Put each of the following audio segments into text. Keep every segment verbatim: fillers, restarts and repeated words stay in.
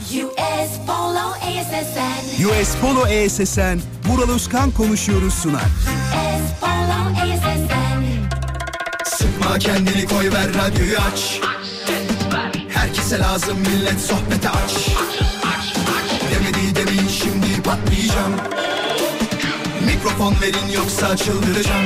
U S Polo E S S N. U S Polo E S S N, Vural Özkan konuşuyoruz sunar. U S Polo E S S N. Sıkma kendini, koy ver radyoyu aç. Herkese lazım millet, sohbete aç. Demedi demeyin, şimdi patlayacağım. Mikrofon verin yoksa çıldıracağım.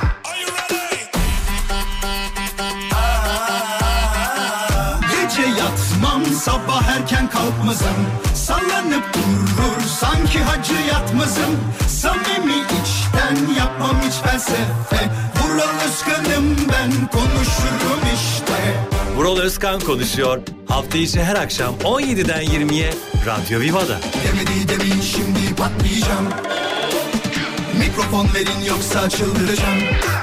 Gece yatmam, sabah erken kalkmazım. Sallanıp durur sanki hacı yatmazım. Samimi içten yapmam hiç felsefe. Vural Özkan'ım ben, konuşurum işte. Vural Özkan konuşuyor. Hafta içi her akşam on yediden yirmiye Radyo Viva'da. Demedi demeyin, şimdi patlayacağım. Mikrofon verin yoksa çıldıracağım.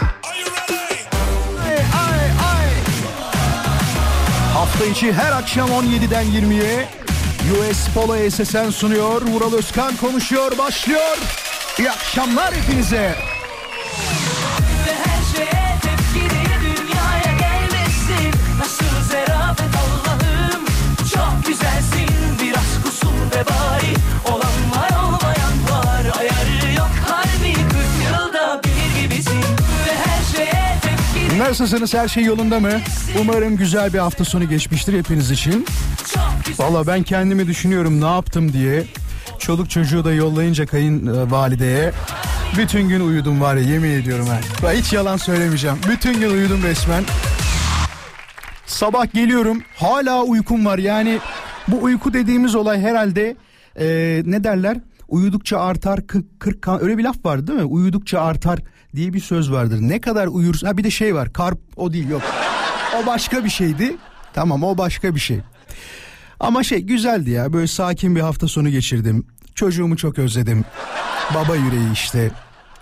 Ay, ay, ay. Hafta içi her akşam on yediden yirmiye U S Polo E S S N sunuyor. Vural Özkan konuşuyor başlıyor. İyi akşamlar hepinize. Ve her şeye tepkili, dünyaya gelmesin. Nasıl zerafet Allah'ım, çok güzelsin. Biraz kusur ve bari, olan var olmayan var. Ayarı yok harbi, kırk yılda bir gibisin. Ve her şeye tepkili. Nasılsınız, her şey yolunda mı? Umarım güzel bir hafta sonu geçmiştir hepiniz için. Valla ben kendimi düşünüyorum ne yaptım diye. Çoluk çocuğu da yollayınca kayınvalideye bütün gün uyudum var ya, yemin ediyorum ha. Ben hiç yalan söylemeyeceğim. Bütün gün uyudum resmen. Sabah geliyorum, hala uykum var. Yani bu uyku dediğimiz olay herhalde ee, ne derler? Uyudukça artar kırk, kırk öyle bir laf var değil mi? Uyudukça artar diye bir söz vardır. Ne kadar uyursun? Ha bir de şey var. Karp, o değil, yok. O başka bir şeydi. Tamam, o başka bir şey. Ama şey güzeldi ya, böyle sakin bir hafta sonu geçirdim. Çocuğumu çok özledim. Baba yüreği işte.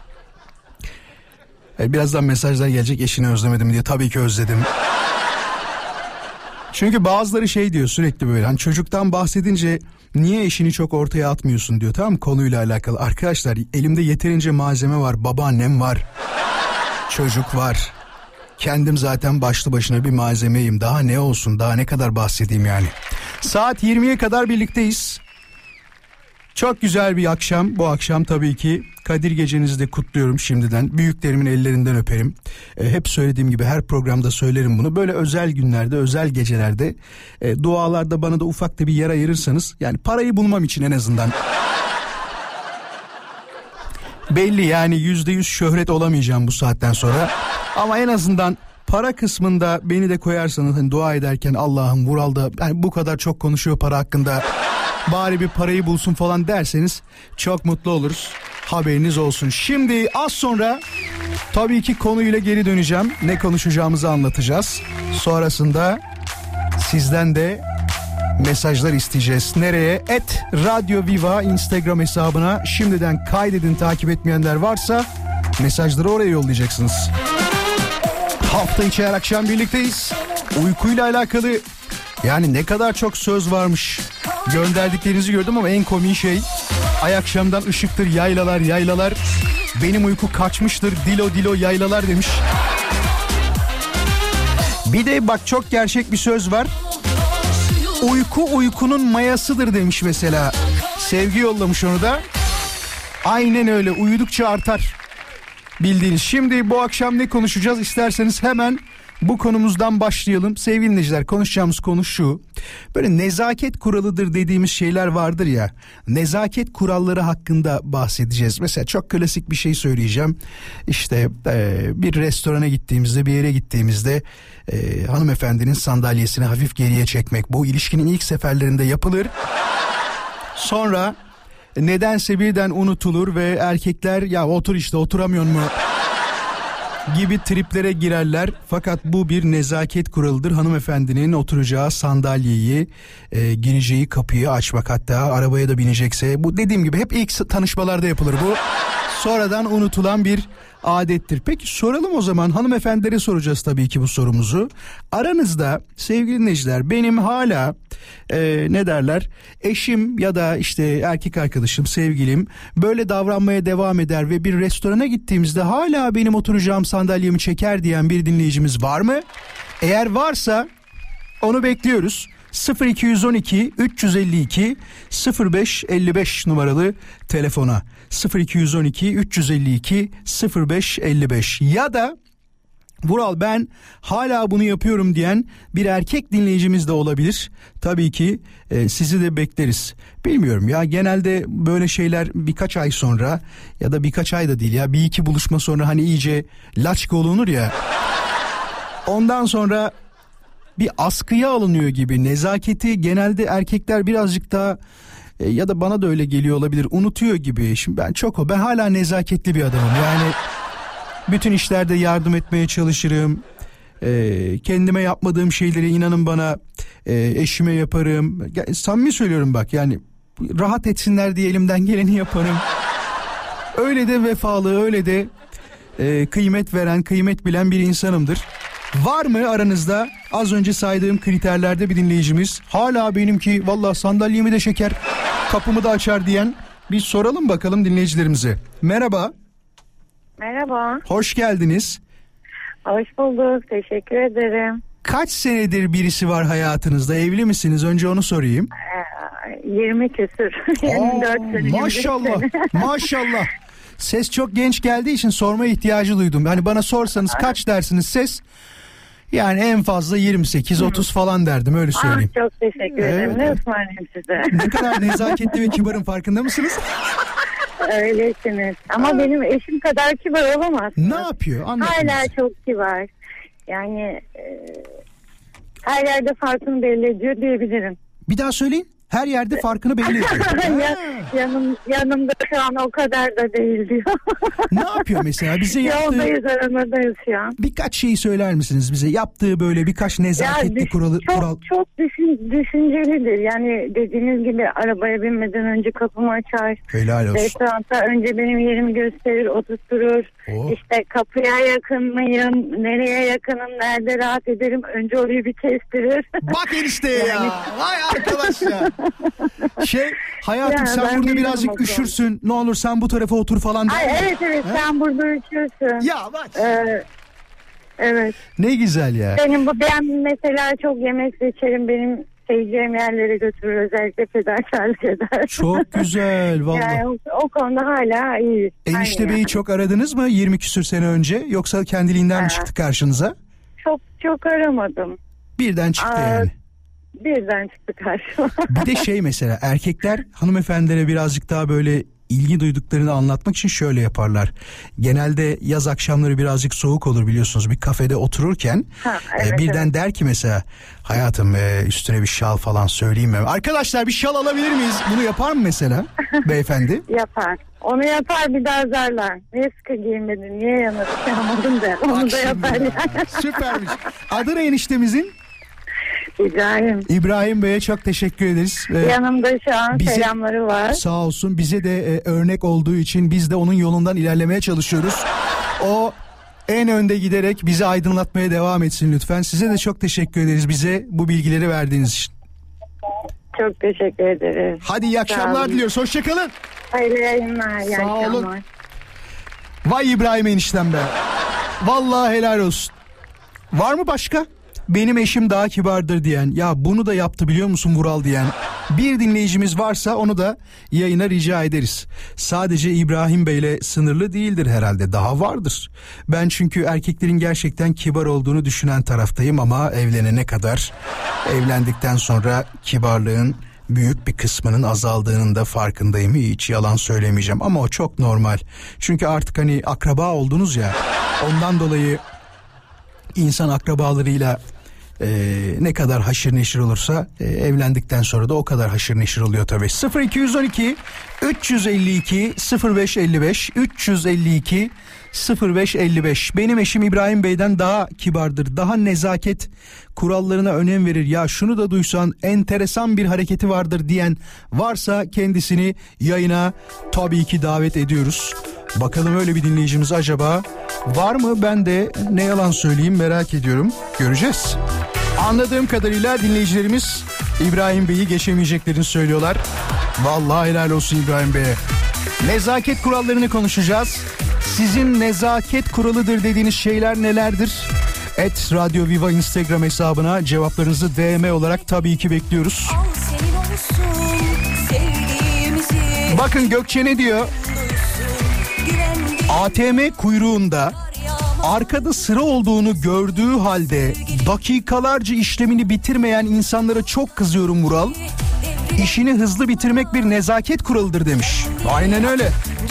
Birazdan mesajlar gelecek, eşini özlemedim diye. Tabii ki özledim. Çünkü bazıları şey diyor sürekli böyle, hani çocuktan bahsedince niye eşini çok ortaya atmıyorsun diyor, tamam mı, konuyla alakalı. Arkadaşlar elimde yeterince malzeme var, babaannem var, çocuk var. Kendim zaten başlı başına bir malzemeyim. Daha ne olsun, daha ne kadar bahsedeyim yani. Saat yirmiye kadar birlikteyiz. Çok güzel bir akşam. Bu akşam tabii ki Kadir Gecenizi de kutluyorum şimdiden. Büyüklerimin ellerinden öperim. E, hep söylediğim gibi her programda söylerim bunu. Böyle özel günlerde, özel gecelerde, e, dualarda bana da ufak da bir yer ayırırsanız, yani parayı bulmam için en azından. Belli yani yüzde yüz şöhret olamayacağım bu saatten sonra. Ama en azından para kısmında beni de koyarsanız, hani dua ederken Allah'ım Vural da yani bu kadar çok konuşuyor para hakkında, bari bir parayı bulsun falan derseniz çok mutlu oluruz. Haberiniz olsun. Şimdi az sonra tabii ki konuyla geri döneceğim. Ne konuşacağımızı anlatacağız. Sonrasında sizden de mesajlar isteyeceğiz. Nereye? Et Radyo Viva Instagram hesabına şimdiden kaydedin, takip etmeyenler varsa mesajları oraya yollayacaksınız. Hafta içi her akşam birlikteyiz. Uykuyla alakalı yani ne kadar çok söz varmış. Gönderdiklerinizi gördüm ama en komik şey, ay akşamdan ışıktır yaylalar yaylalar. Benim uyku kaçmıştır dilo dilo yaylalar demiş. Bir de bak çok gerçek bir söz var. Uyku uykunun mayasıdır demiş mesela. Sevgi yollamış onu da. Aynen öyle, uyudukça artar. Bildiğiniz. Şimdi bu akşam ne konuşacağız? İsterseniz hemen bu konumuzdan başlayalım. Sevgili dinleyiciler, konuşacağımız konu şu. Böyle nezaket kuralıdır dediğimiz şeyler vardır ya. Nezaket kuralları hakkında bahsedeceğiz. Mesela çok klasik bir şey söyleyeceğim. İşte e, bir restorana gittiğimizde, bir yere gittiğimizde e, hanımefendinin sandalyesini hafif geriye çekmek. Bu ilişkinin ilk seferlerinde yapılır. Sonra nedense birden unutulur ve erkekler ya otur işte oturamıyor mu gibi triplere girerler. Fakat bu bir nezaket kuralıdır. Hanımefendinin oturacağı sandalyeyi, e, gireceği kapıyı açmak, hatta arabaya da binecekse, bu dediğim gibi hep ilk tanışmalarda yapılır bu. Sonradan unutulan bir adettir. Peki soralım o zaman, hanımefendilere soracağız tabii ki bu sorumuzu. Aranızda sevgili dinleyiciler, benim hala e, ne derler, eşim ya da işte erkek arkadaşım, sevgilim böyle davranmaya devam eder ve bir restorana gittiğimizde hala benim oturacağım sandalyemi çeker diyen bir dinleyicimiz var mı? Eğer varsa onu bekliyoruz. sıfır iki on iki üç yüz elli iki sıfır beş elli beş numaralı telefona sıfır iki on iki üç yüz elli iki sıfır beş elli beş ya da Vural ben hala bunu yapıyorum diyen bir erkek dinleyicimiz de olabilir. Tabii ki e, sizi de bekleriz. Bilmiyorum ya, genelde böyle şeyler birkaç ay sonra ya da birkaç ay da değil ya, bir iki buluşma sonra hani iyice laçka olunur ya. Ondan sonra bir askıya alınıyor gibi. Nezaketi genelde erkekler birazcık daha e, ya da bana da öyle geliyor olabilir, unutuyor gibi. Şimdi ben çok o ben hala nezaketli bir adamım yani. Bütün işlerde yardım etmeye çalışırım. Ee, kendime yapmadığım şeyleri inanın bana e, eşime yaparım. Ya, samimi söylüyorum bak, yani rahat etsinler diye elimden geleni yaparım. Öyle de vefalı, öyle de e, kıymet veren, kıymet bilen bir insanımdır. Var mı aranızda az önce saydığım kriterlerde bir dinleyicimiz? Hala benimki vallahi sandalyemi de çeker, kapımı da açar diyen, bir soralım bakalım dinleyicilerimize. Merhaba. Merhaba. Hoş geldiniz. Hoş bulduk. Teşekkür ederim. Kaç senedir birisi var hayatınızda? Evli misiniz? Önce onu sorayım. Ee, yirmi küsür. yirmi dört sene. Maşallah. Maşallah. Ses çok genç geldiği için sorma ihtiyacı duydum. Hani bana sorsanız kaç dersiniz ses? Yani en fazla yirmi sekiz otuz falan derdim, öyle söyleyeyim. Ah, çok teşekkür ederim. Evet. Ne ısmarlayayım size? Ne kadar nezaketli ve kibarın farkında mısınız? Öylesiniz. Ama Aa. benim eşim kadar kibar olamazsınız. Ne yapıyor? Anlatınız. Hala çok kibar. Yani e, her yerde farkını belli ediyor diyebilirim. Bir daha söyleyin. Her yerde farkını belli ediyor. ya, yanım, yanımda şu an o kadar da değil diyor. Ne yapıyor mesela? Bize yaptığı... Yoldayız, aramıdayız şu an. Birkaç şeyi söyler misiniz bize? Yaptığı böyle birkaç nezaketli düş, kuralı... Çok, kural... çok düşün, düşüncelidir. Yani dediğiniz gibi arabaya binmeden önce kapımı açar. Helal olsun. Restoranda önce benim yerimi gösterir, oturtturur. Oh. İşte kapıya yakın mıyım, nereye yakınım, nerede rahat ederim, önce orayı bir kestirir. Bak enişteye yani... ya. Vay arkadaş ya. Şey hayatım, ya, sen burada birazcık üşürsün, ne olur sen bu tarafa otur falan. Ay, evet evet He? Sen burada üşürsün. Ya bak. Ee, evet. Ne güzel ya. Benim bu ben mesela çok yemek seçerim, benim seveceğim yerlere götürür, özellikle fedakarlık eder. Çok güzel vallahi. Yani o, o konuda hala iyi. Enişte Aynen. Bey'i çok aradınız mı yirmi küsür sene önce, yoksa kendiliğinden ha. mi çıktı karşınıza? Çok çok aramadım. Birden çıktı Aa, yani. Birden çıktı karşıma. Bir de şey mesela, erkekler hanımefendilere birazcık daha böyle ilgi duyduklarını anlatmak için şöyle yaparlar. Genelde yaz akşamları birazcık soğuk olur biliyorsunuz, bir kafede otururken ha, evet, e, birden evet. der ki mesela, hayatım e, üstüne bir şal falan söyleyeyim mi? Arkadaşlar bir şal alabilir miyiz? Bunu yapar mı mesela beyefendi? Yapar. Onu yapar, bir daha zarlar. Niye sıkı giyinmedin, niye yanarım yanamadım der. Onu Bak da yapar ya. Yani. Süpermiş. Adı ne eniştemizin? İbrahim. İbrahim Bey'e çok teşekkür ederiz. Ee, Yanımda şu an bize, selamları var. Sağ olsun, bize de e, örnek olduğu için biz de onun yolundan ilerlemeye çalışıyoruz. O en önde giderek bizi aydınlatmaya devam etsin lütfen. Size de çok teşekkür ederiz bize bu bilgileri verdiğiniz için. Çok teşekkür ederiz. Hadi iyi akşamlar diliyoruz. Hoşçakalın. Hayırlı yayınlar. İyi Sağ akşamlar. olun. Vay İbrahim eniştem be. Vallahi helal olsun. Var mı başka? Benim eşim daha kibardır diyen, ya bunu da yaptı biliyor musun Vural diyen bir dinleyicimiz varsa onu da yayına rica ederiz. Sadece İbrahim Bey'le sınırlı değildir herhalde, daha vardır. Ben çünkü erkeklerin gerçekten kibar olduğunu düşünen taraftayım ama evlenene kadar, evlendikten sonra kibarlığın büyük bir kısmının azaldığının da farkındayım. Hiç yalan söylemeyeceğim ama o çok normal. Çünkü artık hani akraba oldunuz ya, ondan dolayı insan akrabalarıyla e, ne kadar haşır neşir olursa e, evlendikten sonra da o kadar haşır neşir oluyor tabii. sıfır iki on iki üç yüz elli iki sıfır beş elli beş üç yüz elli iki sıfır beş elli beş. Benim eşim İbrahim Bey'den daha kibardır, daha nezaket kurallarına önem verir, ya şunu da duysan enteresan bir hareketi vardır diyen varsa kendisini yayına tabii ki davet ediyoruz. Bakalım öyle bir dinleyicimiz acaba var mı? Ben de ne yalan söyleyeyim merak ediyorum. Göreceğiz. Anladığım kadarıyla dinleyicilerimiz İbrahim Bey'i geçemeyeceklerini söylüyorlar. Vallahi helal olsun İbrahim Bey'e. Nezaket kurallarını konuşacağız. Sizin nezaket kuralıdır dediğiniz şeyler nelerdir? Et Radyo Viva Instagram hesabına cevaplarınızı D M olarak tabii ki bekliyoruz. Bakın Gökçe ne diyor? A T M kuyruğunda arkada sıra olduğunu gördüğü halde dakikalarca işlemini bitirmeyen insanlara çok kızıyorum Vural. İşini hızlı bitirmek bir nezaket kuralıdır demiş. Aynen öyle.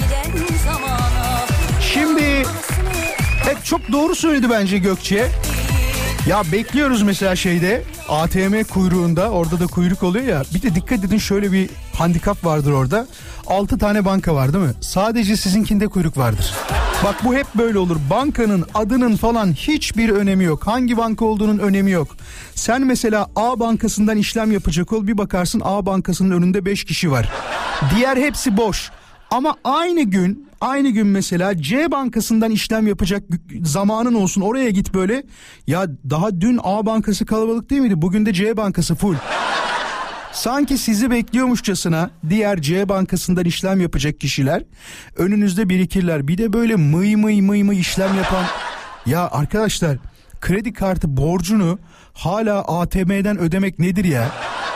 Şimdi evet, çok doğru söyledi bence Gökçe. Ya bekliyoruz mesela şeyde A T M kuyruğunda, orada da kuyruk oluyor ya. Bir de dikkat edin, şöyle bir handikap vardır orada. altı tane banka var değil mi? Sadece sizinkinde kuyruk vardır. Bak bu hep böyle olur. Bankanın adının falan hiçbir önemi yok. Hangi banka olduğunun önemi yok. Sen mesela A bankasından işlem yapacak ol, bir bakarsın A bankasının önünde beş kişi var. Diğer hepsi boş. Ama aynı gün aynı gün mesela C bankasından işlem yapacak zamanın olsun, oraya git böyle. Ya daha dün A bankası kalabalık değil miydi? Bugün de C bankası full. Sanki sizi bekliyormuşçasına diğer C bankasından işlem yapacak kişiler önünüzde birikirler. Bir de böyle mıy mıy mıy mıy işlem yapan. Ya arkadaşlar, kredi kartı borcunu hala A T M'den ödemek nedir ya?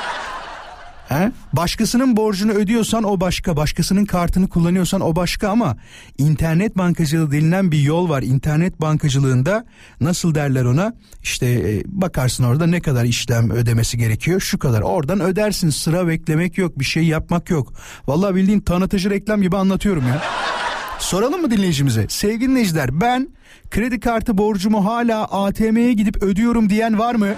He? Başkasının borcunu ödüyorsan o başka, başkasının kartını kullanıyorsan o başka, ama internet bankacılığı denilen bir yol var. İnternet bankacılığında nasıl derler ona? İşte e, bakarsın orada ne kadar işlem ödemesi gerekiyor, şu kadar, oradan ödersin, sıra beklemek yok, bir şey yapmak yok. Vallahi bildiğin tanıtıcı reklam gibi anlatıyorum ya. Soralım mı dinleyicimize? Sevgili dinleyiciler, ben kredi kartı borcumu hala A T M'ye gidip ödüyorum diyen var mı?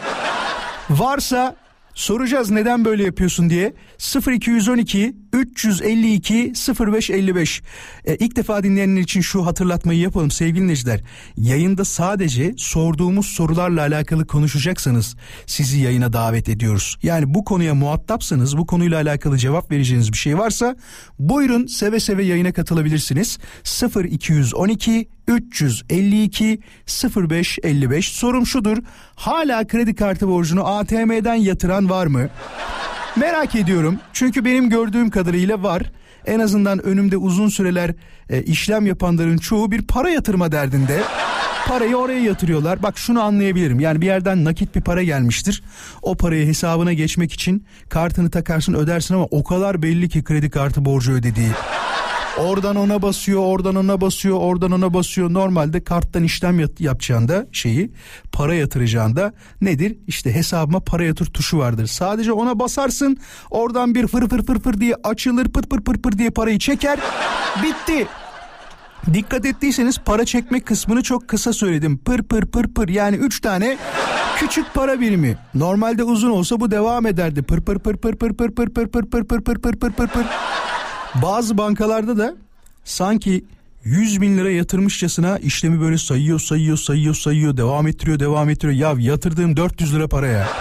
Varsa soracağız neden böyle yapıyorsun diye. sıfır iki on iki üç yüz elli iki sıfır beş elli beş. Ee, ilk defa dinleyenler için şu hatırlatmayı yapalım sevgili dinleyiciler. Yayında sadece sorduğumuz sorularla alakalı konuşacaksanız sizi yayına davet ediyoruz. Yani bu konuya muhatapsanız, bu konuyla alakalı cevap vereceğiniz bir şey varsa buyurun, seve seve yayına katılabilirsiniz. sıfır iki on iki üç yüz elli iki sıfır beş elli beş. Sorum şudur: hala kredi kartı borcunu A T M'den yatıran var mı? Merak ediyorum. Çünkü benim gördüğüm kadarıyla var. En azından önümde uzun süreler e, işlem yapanların çoğu bir para yatırma derdinde. Parayı oraya yatırıyorlar. Bak şunu anlayabilirim. Yani bir yerden nakit bir para gelmiştir. O parayı hesabına geçmek için kartını takarsın, ödersin, ama o kadar belli ki kredi kartı borcu ödediği. Oradan ona basıyor, oradan ona basıyor, oradan ona basıyor. Normalde karttan işlem yap- yapacağında şeyi, para yatıracağında nedir? İşte hesabıma para yatır tuşu vardır. Sadece ona basarsın, oradan bir fır fır fır fır diye açılır, pır pır pır pır diye parayı çeker. Bitti. Dikkat ettiyseniz para çekme kısmını çok kısa söyledim. Pır pır pır pır, yani üç tane küçük para birimi. Normalde uzun olsa bu devam ederdi. Pır pır pır pır pır pır pır pır pır pır pır pır pır pır pır pır. Bazı bankalarda da sanki yüz bin lira yatırmışçasına işlemi böyle sayıyor sayıyor sayıyor sayıyor, devam ettiriyor devam ettiriyor. Ya yatırdığım dört yüz lira para ya.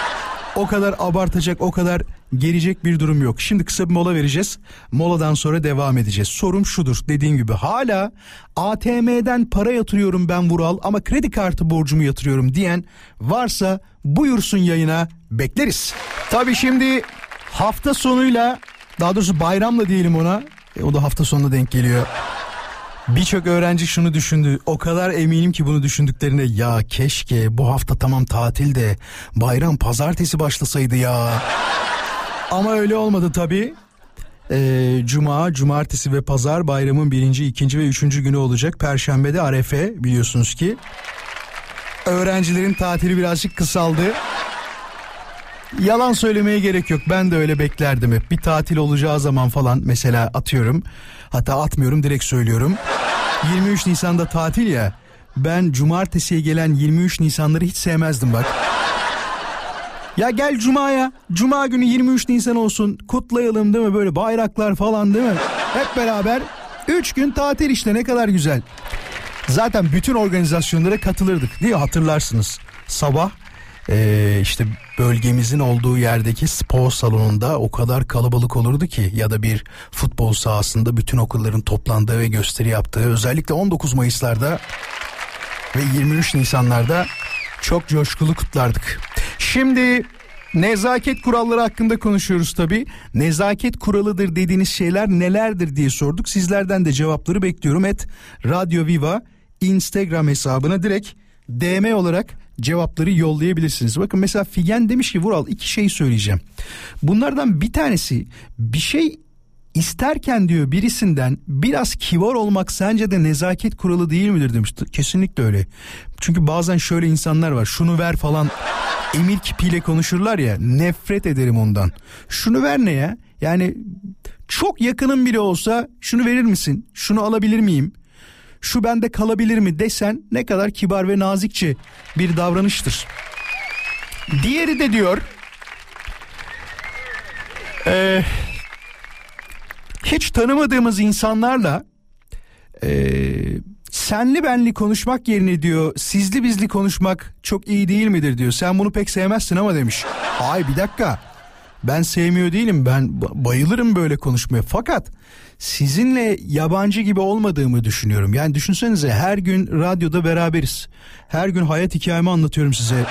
O kadar abartacak, o kadar gelecek bir durum yok. Şimdi kısa bir mola vereceğiz. Moladan sonra devam edeceğiz. Sorum şudur, dediğim gibi hala A T M'den para yatırıyorum ben Vural ama kredi kartı borcumu yatırıyorum diyen varsa buyursun yayına, bekleriz. Tabii şimdi hafta sonuyla, daha doğrusu bayramla diyelim ona. E, o da hafta sonuna denk geliyor. Birçok öğrenci şunu düşündü. O kadar eminim ki bunu düşündüklerine, ya keşke bu hafta tamam tatil de bayram pazartesi başlasaydı ya. Ama öyle olmadı tabii. Ee, Cuma, cumartesi ve pazar bayramın birinci, ikinci ve üçüncü günü olacak. Perşembede Arefe, biliyorsunuz ki. Öğrencilerin tatili birazcık kısaldı. Yalan söylemeye gerek yok. Ben de öyle beklerdim hep. Bir tatil olacağı zaman falan mesela atıyorum. Hatta atmıyorum, direkt söylüyorum. yirmi üç Nisan'da tatil ya. Ben cumartesiye gelen yirmi üç Nisanları hiç sevmezdim bak. Ya gel Cuma'ya. Cuma günü yirmi üç Nisan olsun. Kutlayalım değil mi? Böyle bayraklar falan değil mi? Hep beraber üç gün tatil işte, ne kadar güzel. Zaten bütün organizasyonlara katılırdık değil mi? Hatırlarsınız. Sabah Ee, işte bölgemizin olduğu yerdeki spor salonunda o kadar kalabalık olurdu ki, ya da bir futbol sahasında bütün okulların toplandığı ve gösteri yaptığı, özellikle on dokuz Mayıs'larda ve yirmi üç Nisan'larda çok coşkulu kutlardık. Şimdi nezaket kuralları hakkında konuşuyoruz tabii. Nezaket kuralıdır dediğiniz şeyler nelerdir diye sorduk. Sizlerden de cevapları bekliyorum. Et Radyo Viva Instagram hesabına direkt D M olarak cevapları yollayabilirsiniz. Bakın mesela Figen demiş ki Vural iki şey söyleyeceğim. Bunlardan bir tanesi, bir şey isterken diyor birisinden biraz kibar olmak sence de nezaket kuralı değil midir demiş. Kesinlikle öyle. Çünkü bazen şöyle insanlar var, şunu ver falan emir kipiyle konuşurlar ya, nefret ederim ondan. Şunu ver ne ya? Yani çok yakının biri olsa şunu verir misin? Şunu alabilir miyim? Şu bende kalabilir mi desen ne kadar kibar ve nazikçe bir davranıştır. Diğeri de diyor Eee hiç tanımadığımız insanlarla e, senli benli konuşmak yerine diyor sizli bizli konuşmak çok iyi değil midir diyor. Sen bunu pek sevmezsin ama demiş. Ay bir dakika, ben sevmiyor değilim, ben bayılırım böyle konuşmaya, fakat sizinle yabancı gibi olmadığımı düşünüyorum. Yani düşünsenize, her gün radyoda beraberiz, her gün hayat hikayemi anlatıyorum size.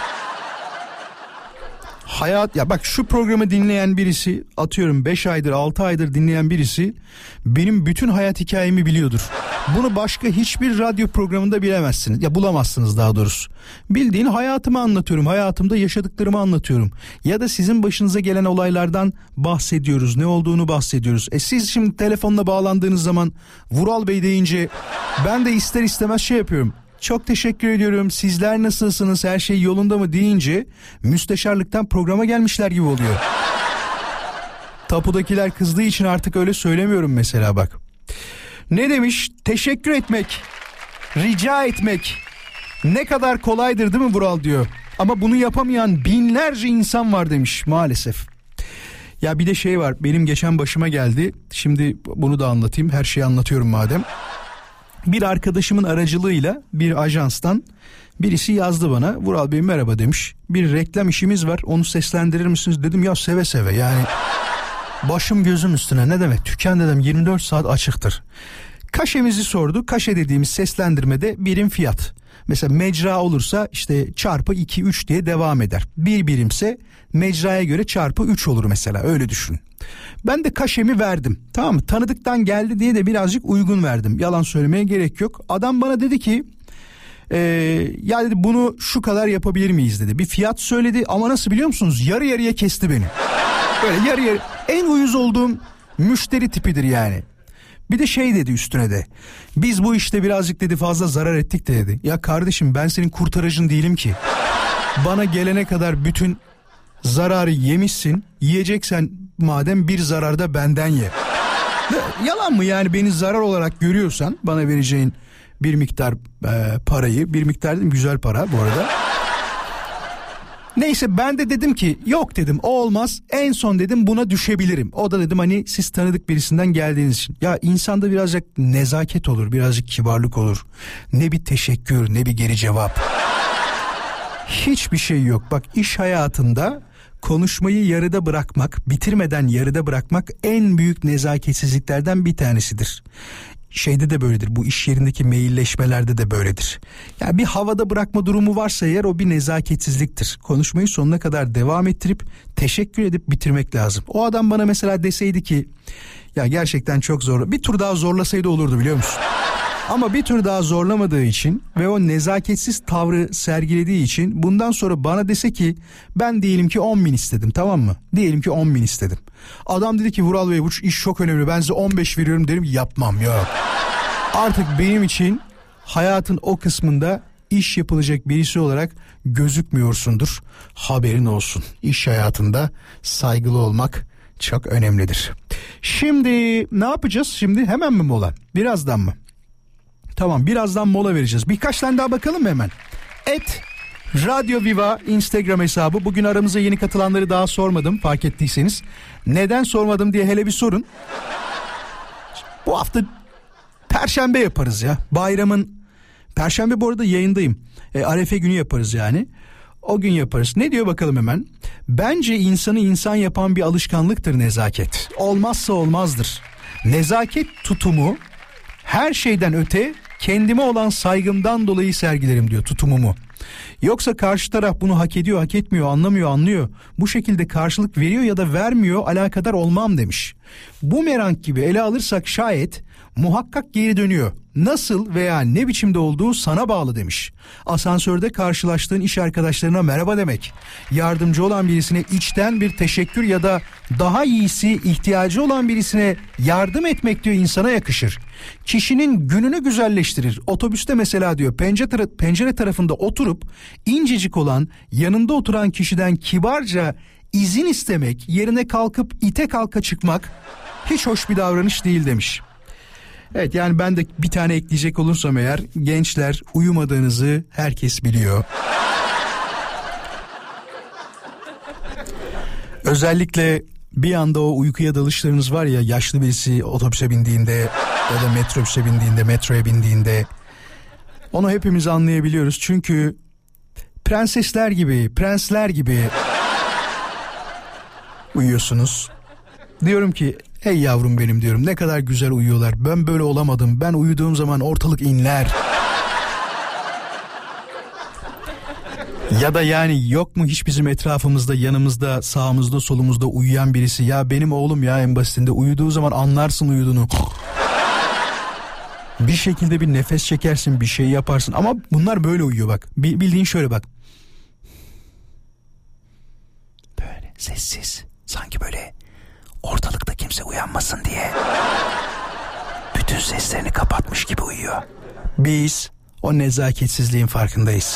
Hayat, ya bak şu programı dinleyen birisi, atıyorum beş aydır altı aydır dinleyen birisi benim bütün hayat hikayemi biliyordur. Bunu başka hiçbir radyo programında bilemezsiniz. Ya bulamazsınız daha doğrusu. Bildiğin hayatımı anlatıyorum. Hayatımda yaşadıklarımı anlatıyorum. Ya da sizin başınıza gelen olaylardan bahsediyoruz. Ne olduğunu bahsediyoruz. E siz şimdi telefonla bağlandığınız zaman Vural Bey deyince ben de ister istemez şey yapıyorum. Çok teşekkür ediyorum, sizler nasılsınız, her şey yolunda mı deyince müsteşarlıktan programa gelmişler gibi oluyor. Tapudakiler kızdığı için artık öyle söylemiyorum mesela bak. Ne demiş? Teşekkür etmek, rica etmek ne kadar kolaydır değil mi Vural diyor. Ama bunu yapamayan binlerce insan var demiş maalesef. Ya bir de şey var, benim geçen başıma geldi. Şimdi bunu da anlatayım, her şeyi anlatıyorum madem. Bir arkadaşımın aracılığıyla bir ajanstan birisi yazdı bana. Vural Bey merhaba demiş. Bir reklam işimiz var, onu seslendirir misiniz? Dedim ya seve seve, yani başım gözüm üstüne, ne demek? Dükkan dedim yirmi dört saat açıktır. Kaşemizi sordu. Kaşe dediğimiz seslendirmede birim fiyat. Mesela mecra olursa işte çarpı iki üç diye devam eder. Bir birimse mecraya göre çarpı üç olur mesela, öyle düşün. Ben de kaşemi verdim, tamam mı? Tanıdıktan geldi diye de birazcık uygun verdim. Yalan söylemeye gerek yok. Adam bana dedi ki ee, ya dedi bunu şu kadar yapabilir miyiz dedi. Bir fiyat söyledi ama nasıl biliyor musunuz? Yarı yarıya kesti beni. Böyle yarı yarı, en uyuz olduğum müşteri tipidir yani. Bir de şey dedi üstüne de, biz bu işte birazcık dedi fazla zarar ettik de dedi. Ya kardeşim, ben senin kurtarıcın değilim ki. Bana gelene kadar bütün zararı yemişsin. Yiyeceksen madem bir zarar da benden ye. Yalan mı yani? Beni zarar olarak görüyorsan bana vereceğin bir miktar e, parayı, bir miktar dedim, güzel para bu arada. Neyse ben de dedim ki yok dedim, o olmaz, en son dedim buna düşebilirim. O da dedim hani siz tanıdık birisinden geldiğiniz için. Ya insanda birazcık nezaket olur, birazcık kibarlık olur. Ne bir teşekkür, ne bir geri cevap. Hiçbir şey yok. Bak iş hayatında konuşmayı yarıda bırakmak, bitirmeden yarıda bırakmak en büyük nezaketsizliklerden bir tanesidir. Şeyde de böyledir, bu iş yerindeki mailleşmelerde de böyledir. Yani bir havada bırakma durumu varsa eğer, o bir nezaketsizliktir. Konuşmayı sonuna kadar devam ettirip teşekkür edip bitirmek lazım. O adam bana mesela deseydi ki ya gerçekten çok zor, bir tur daha zorlasaydı olurdu biliyor musun? Ama bir tur daha zorlamadığı için ve o nezaketsiz tavrı sergilediği için bundan sonra bana dese ki ben diyelim ki on bin istedim, tamam mı? Diyelim ki on bin istedim. Adam dedi ki Vural Bey bu iş çok önemli, ben size on beş veriyorum derim, yapmam yok. Artık benim için hayatın o kısmında iş yapılacak birisi olarak gözükmüyorsundur. Haberin olsun. İş hayatında saygılı olmak çok önemlidir. Şimdi ne yapacağız? Şimdi hemen mi mola? Birazdan mı? Tamam, birazdan mola vereceğiz. Birkaç tane daha bakalım mı hemen? Et Radyo Viva Instagram hesabı. Bugün aramıza yeni katılanları daha sormadım, fark ettiyseniz. Neden sormadım diye hele bir sorun. Bu hafta Perşembe yaparız ya. Bayramın Perşembe bu arada yayındayım. E, Arefe günü yaparız yani. O gün yaparız. Ne diyor bakalım hemen? Bence insanı insan yapan bir alışkanlıktır nezaket. Olmazsa olmazdır. Nezaket tutumu her şeyden öte kendime olan saygımdan dolayı sergilerim diyor, tutumumu. Yoksa karşı taraf bunu hak ediyor, hak etmiyor, anlamıyor, anlıyor. Bu şekilde karşılık veriyor ya da vermiyor, alakadar olmam demiş. Bumerang gibi ele alırsak şayet muhakkak geri dönüyor. nasıl veya ne biçimde olduğu sana bağlı demiş. Asansörde karşılaştığın iş arkadaşlarına merhaba demek, yardımcı olan birisine içten bir teşekkür ya da daha iyisi ihtiyacı olan birisine yardım etmek diyor insana yakışır. Kişinin gününü güzelleştirir. Otobüste mesela diyor pencere, pencere tarafında oturup incecik olan yanında oturan kişiden kibarca izin istemek, yerine kalkıp ite kalka çıkmak hiç hoş bir davranış değil demiş. Evet, yani ben de bir tane ekleyecek olursam eğer, gençler, uyumadığınızı herkes biliyor. Özellikle bir anda o uykuya dalışlarınız var ya, yaşlı birisi otobüse bindiğinde ya da metrobüse bindiğinde, metroya bindiğinde, onu hepimiz anlayabiliyoruz. Çünkü prensesler gibi, prensler gibi uyuyorsunuz. Diyorum ki hey yavrum benim diyorum, ne kadar güzel uyuyorlar. Ben böyle olamadım. Ben uyuduğum zaman ortalık inler. Ya da yani yok mu hiç bizim etrafımızda, yanımızda, sağımızda, solumuzda uyuyan birisi? Ya benim oğlum ya en basitinde uyuduğu zaman anlarsın uyuduğunu. Bir şekilde bir nefes çekersin, bir şey yaparsın ama bunlar böyle uyuyor bak. Bildiğin şöyle bak. Böyle sessiz. Sanki böyle ortalıkta kimse uyanmasın diye bütün seslerini kapatmış gibi uyuyor. Biz o nezaketsizliğin farkındayız.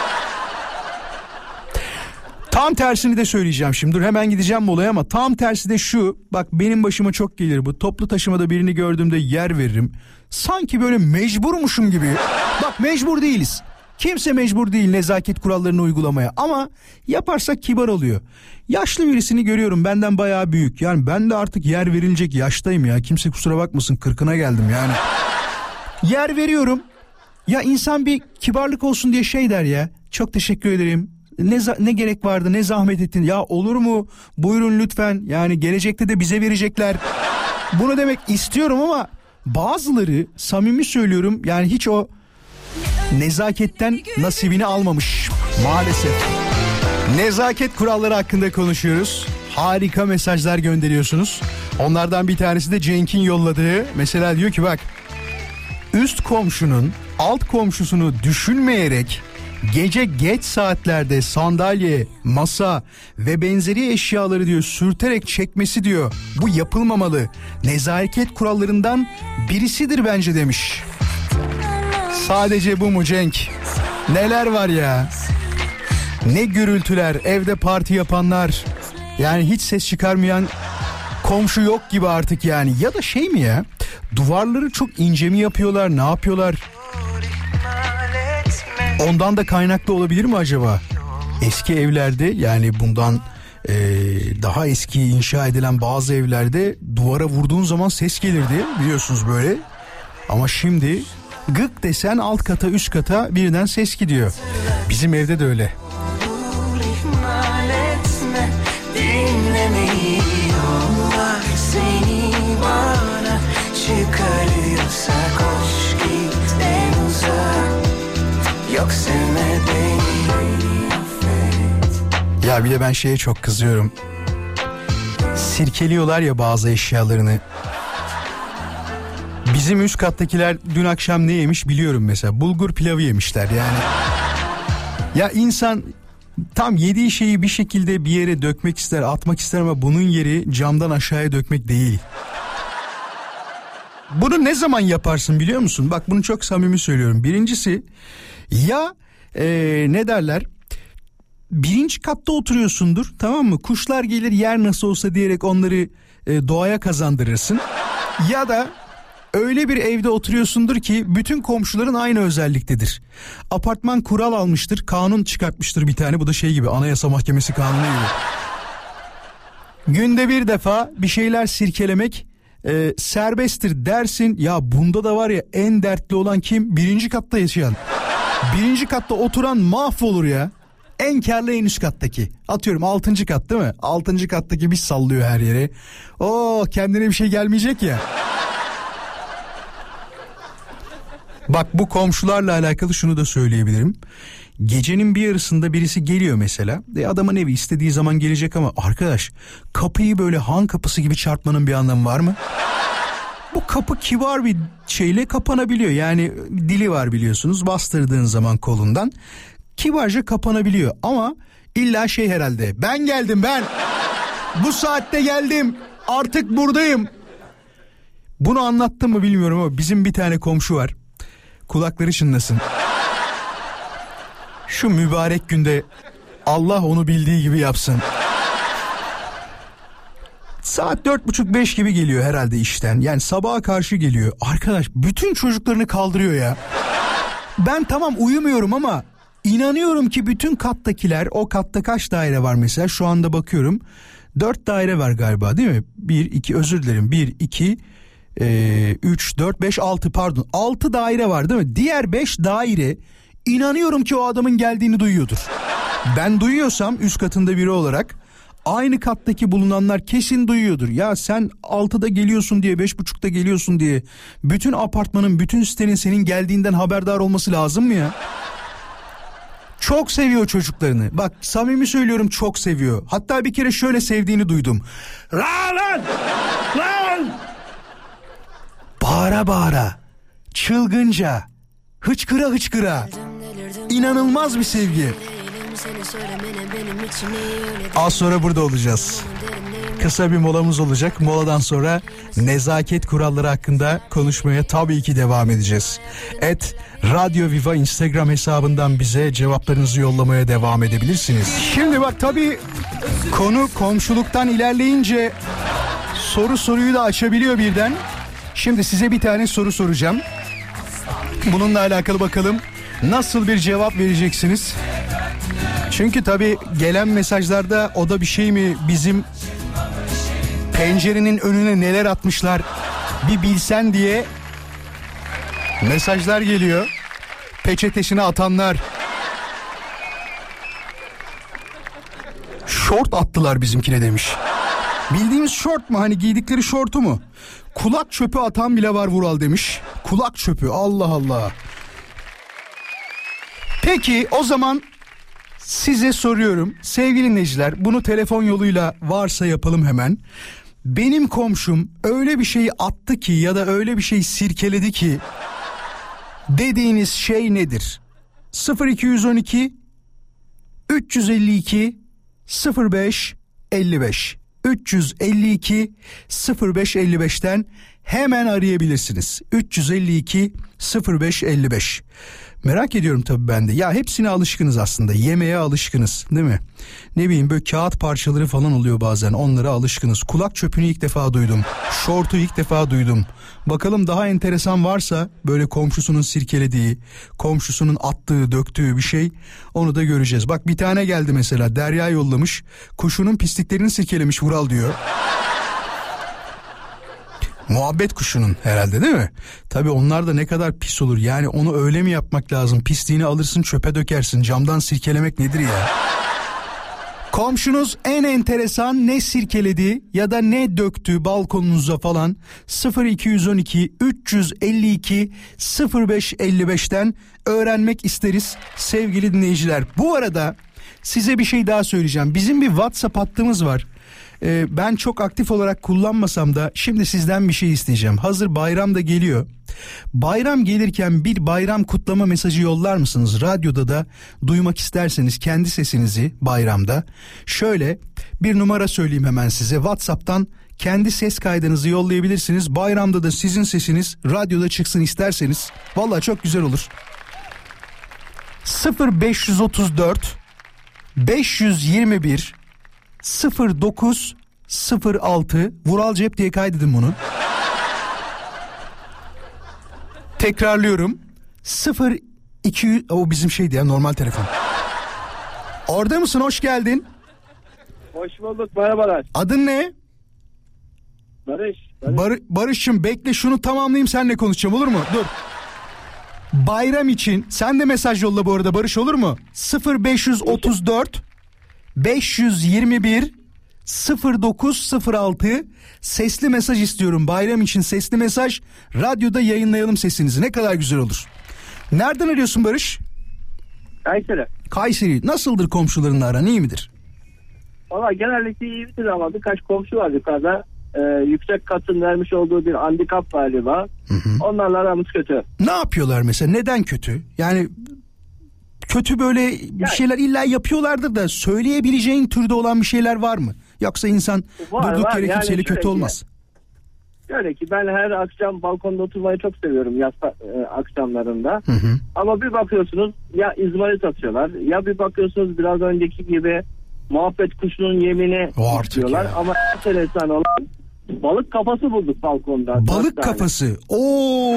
Tam tersini de söyleyeceğim şimdi. Dur hemen gideceğim molaya ama tam tersi de şu. Bak benim başıma çok gelir bu. Toplu taşımada birini gördüğümde yer veririm. Sanki böyle mecburmuşum gibi. Bak mecbur değiliz. Kimse mecbur değil nezaket kurallarını uygulamaya ama yaparsak kibar oluyor. Yaşlı birisini görüyorum, benden bayağı büyük. Yani ben de artık yer verilecek yaştayım ya. Kimse kusura bakmasın, kırkına geldim yani. Yer veriyorum. Ya insan bir kibarlık olsun diye şey der ya. Çok teşekkür ederim. Ne, ne gerek vardı, ne zahmet ettin. Ya olur mu? Buyurun lütfen. Yani gelecekte de bize verecekler. Bunu demek istiyorum ama bazıları, samimi söylüyorum, yani hiç o nezaketten nasibini almamış maalesef. Nezaket kuralları hakkında konuşuyoruz. Harika mesajlar gönderiyorsunuz. Onlardan bir tanesi de Cenk'in yolladığı. Mesela diyor ki bak, üst komşunun alt komşusunu düşünmeyerek gece geç saatlerde sandalye, masa ve benzeri eşyaları diyor sürterek çekmesi diyor. Bu yapılmamalı. Nezaket kurallarından birisidir bence demiş. Sadece bu mu Cenk? Neler var ya? Ne gürültüler, evde parti yapanlar. Yani hiç ses çıkarmayan komşu yok gibi artık yani. Ya da şey mi ya? Duvarları çok ince mi yapıyorlar? Ne yapıyorlar? Ondan da kaynaklı olabilir mi acaba? Eski evlerde, yani bundan e, daha eski inşa edilen bazı evlerde duvara vurduğun zaman ses gelirdi, biliyorsunuz böyle. Ama şimdi gık desen alt kata üst kata birden ses gidiyor. Bizim evde de öyle. Seni bana çıkarıyorsa koş git en uzak. Yok sevme beni, affet. Ya bir de ben şeye çok kızıyorum. Sirkeliyorlar ya bazı eşyalarını. Bizim üst kattakiler dün akşam ne yemiş biliyorum mesela. Bulgur pilavı yemişler yani. Ya insan tam yediği şeyi bir şekilde bir yere dökmek ister, atmak ister ama bunun yeri camdan aşağıya dökmek değil. Bunu ne zaman yaparsın biliyor musun? Bak bunu çok samimi söylüyorum. Birincisi ya ee, ne derler? Birinci katta oturuyorsundur, tamam mı? Kuşlar gelir yer nasıl olsa diyerek onları e, doğaya kazandırırsın. Ya da öyle bir evde oturuyorsundur ki bütün komşuların aynı özelliktedir. Apartman kural almıştır, kanun çıkartmıştır bir tane. Bu da şey gibi, Anayasa Mahkemesi kanunu gibi. Günde bir defa bir şeyler sirkelemek e, serbesttir dersin. Ya bunda da var ya, en dertli olan kim? Birinci katta yaşayan. Birinci katta oturan mahvolur ya. En kârlı en üst kattaki. Atıyorum altıncı kat değil mi? Altıncı kattaki bir sallıyor her yere. Oo, kendine bir şey gelmeyecek ya. Bak bu komşularla alakalı şunu da söyleyebilirim. Gecenin bir yarısında birisi geliyor mesela. E adamın evi istediği zaman gelecek ama arkadaş, kapıyı böyle han kapısı gibi çarpmanın bir anlamı var mı? Bu kapı kibar bir şeyle kapanabiliyor. Yani dili var biliyorsunuz, bastırdığın zaman kolundan kibarca kapanabiliyor. Ama illa şey herhalde, ben geldim ben. Bu saatte geldim. Artık buradayım. Bunu anlattım mı bilmiyorum ama bizim bir tane komşu var. Kulakları çınlasın. Şu mübarek günde Allah onu bildiği gibi yapsın. Saat dört buçuk beş gibi geliyor herhalde işten. Yani sabaha karşı geliyor. Arkadaş bütün çocuklarını kaldırıyor ya. Ben tamam uyumuyorum ama inanıyorum ki bütün kattakiler, o katta kaç daire var mesela? Şu anda bakıyorum. Dört daire var galiba değil mi? Bir, iki, özür dilerim. Bir, iki, e, üç, dört, beş, altı pardon. Altı daire var değil mi? Diğer beş daire inanıyorum ki o adamın geldiğini duyuyordur. Ben duyuyorsam üst katında biri olarak aynı kattaki bulunanlar kesin duyuyordur. Ya sen altıda geliyorsun diye, beş buçukta geliyorsun diye bütün apartmanın, bütün sitenin senin geldiğinden haberdar olması lazım mı ya? Çok seviyor çocuklarını. Bak samimi söylüyorum, çok seviyor. Hatta bir kere şöyle sevdiğini duydum. Lan lan! Lan! Bağıra bağıra, çılgınca, hıçkıra hıçkıra. İnanılmaz bir sevgi. Az sonra burada olacağız. Kısa bir molamız olacak. Moladan sonra nezaket kuralları hakkında konuşmaya tabii ki devam edeceğiz. Et Radyo Viva Instagram hesabından bize cevaplarınızı yollamaya devam edebilirsiniz. Şimdi bak tabii konu komşuluktan ilerleyince soru soruyu da açabiliyor birden. Şimdi size bir tane soru soracağım. Bununla alakalı bakalım nasıl bir cevap vereceksiniz? Çünkü tabii gelen mesajlarda o da bir şey mi, bizim pencerenin önüne neler atmışlar bir bilsen diye mesajlar geliyor. Peçetesine atanlar. Şort attılar bizimkine demiş. Bildiğimiz şort mu, hani giydikleri şortu mu? Kulak çöpü atan bile var Vural demiş. Kulak çöpü, Allah Allah. Peki o zaman size soruyorum sevgili dinleyiciler, bunu telefon yoluyla varsa yapalım hemen. Benim komşum öyle bir şey attı ki ya da öyle bir şey sirkeledi ki dediğiniz şey nedir? sıfır iki on iki üç yüz elli iki sıfır beş elli beş üç yüz elli iki sıfır beş elli beşten hemen arayabilirsiniz. üç yüz elli iki sıfır beş elli beş. Merak ediyorum tabii ben de. Ya hepsine alışkınız aslında. Yemeğe alışkınız değil mi? Ne bileyim böyle kağıt parçaları falan oluyor bazen. Onlara alışkınız. Kulak çöpünü ilk defa duydum. Şortu ilk defa duydum. Bakalım daha enteresan varsa böyle komşusunun sirkelediği, komşusunun attığı, döktüğü bir şey, onu da göreceğiz. Bak bir tane geldi mesela. Derya yollamış. Kuşunun pisliklerini sirkelemiş Vural diyor. Muhabbet kuşunun herhalde değil mi? Tabii onlar da ne kadar pis olur. Yani onu öyle mi yapmak lazım? Pisliğini alırsın çöpe dökersin. Camdan sirkelemek nedir ya? Komşunuz en enteresan ne sirkeledi ya da ne döktü balkonunuza falan sıfır iki on iki üç yüz elli iki sıfır beş elli beşten öğrenmek isteriz sevgili dinleyiciler. Bu arada size bir şey daha söyleyeceğim. Bizim bir WhatsApp hattımız var. Ee, ben çok aktif olarak kullanmasam da şimdi sizden bir şey isteyeceğim. Hazır bayram da geliyor. Bayram gelirken bir bayram kutlama mesajı yollar mısınız? Radyoda da duymak isterseniz kendi sesinizi bayramda. Şöyle bir numara söyleyeyim hemen size. WhatsApp'tan kendi ses kaydınızı yollayabilirsiniz. Bayramda da sizin sesiniz radyoda çıksın isterseniz. Vallahi çok güzel olur. sıfır beş otuz dört beş yüz yirmi bir sıfır dokuz sıfır altı Vural Cep diye kaydedin bunu. Tekrarlıyorum. sıfır iki o bizim şeydi ya, normal telefon. Orada mısın? Hoş geldin. Hoş bulduk. Merhabalar. Adın ne? Barış. Barış. Bar- Barış'cığım bekle şunu tamamlayayım, seninle konuşacağım, olur mu? Dur. Bayram için sen de mesaj yolla bu arada Barış, olur mu? sıfır beş otuz dört beş yüz yirmi bir sıfır dokuz sıfır altı sesli mesaj istiyorum. Bayram için sesli mesaj, radyoda yayınlayalım sesinizi. Ne kadar güzel olur. Nereden arıyorsun Barış? Kayseri. Kayseri. Nasıldır komşularınla aran, iyi midir? Valla genellikle iyi midir ama birkaç komşu var yukarıda. e, yüksek katın vermiş olduğu bir handikap galiba. Hı hı. Onlarla aramız kötü. Ne yapıyorlar mesela? Neden kötü? Yani kötü böyle bir şeyler illa yapıyorlardır da söyleyebileceğin türde olan bir şeyler var mı? Yoksa insan Var, durduk var. yere Yani kimseyle kötü sürekli. olmaz. Şöyle ki ben her akşam balkonda oturmayı çok seviyorum yaz e, akşamlarında. Hı hı. Ama bir bakıyorsunuz ya izmarit atıyorlar ya bir bakıyorsunuz biraz önceki gibi muhabbet kuşunun yemini O artık atıyorlar. ya. Ama enteresan olan balık kafası bulduk balkonda. Balık Dört tane. kafası. Oo.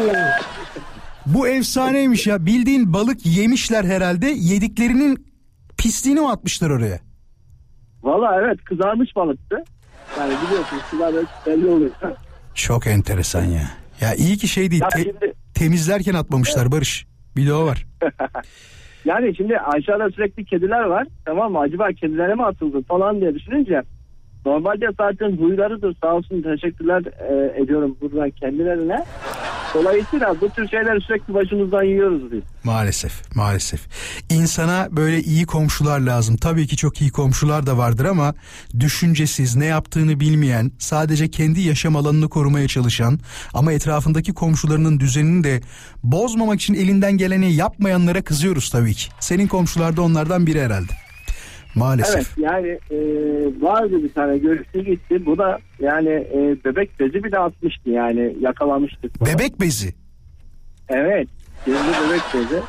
Bu efsaneymiş ya. Bildiğin balık yemişler herhalde. Yediklerinin pisliğini mi atmışlar oraya? Valla evet kızarmış balıktı. Yani biliyorsunuz kızarmış belli oluyor. Çok enteresan ya. Ya iyi ki şey değil. Ya te- şimdi- temizlerken atmamışlar Barış. Bir de o var. Yani şimdi aşağıda sürekli kediler var. Tamam mı? Acaba kedilere mi atıldı falan diye düşününce normalde zaten huylarıdır. Sağ olsun teşekkürler e, ediyorum buradan kendilerine. Dolayısıyla bu tür şeyleri sürekli başımızdan yiyoruz biz. Maalesef, maalesef. İnsana böyle iyi komşular lazım. Tabii ki çok iyi komşular da vardır ama düşüncesiz, ne yaptığını bilmeyen, sadece kendi yaşam alanını korumaya çalışan ama etrafındaki komşularının düzenini de bozmamak için elinden geleni yapmayanlara kızıyoruz tabii ki. Senin komşular da onlardan biri herhalde. Maalesef. Evet yani e, vardı bir tane görüşü gitti. Bu da yani e, bebek bezi bile atmıştı yani yakalamıştık. Falan. Bebek bezi. Evet. Şimdi bebek bezi.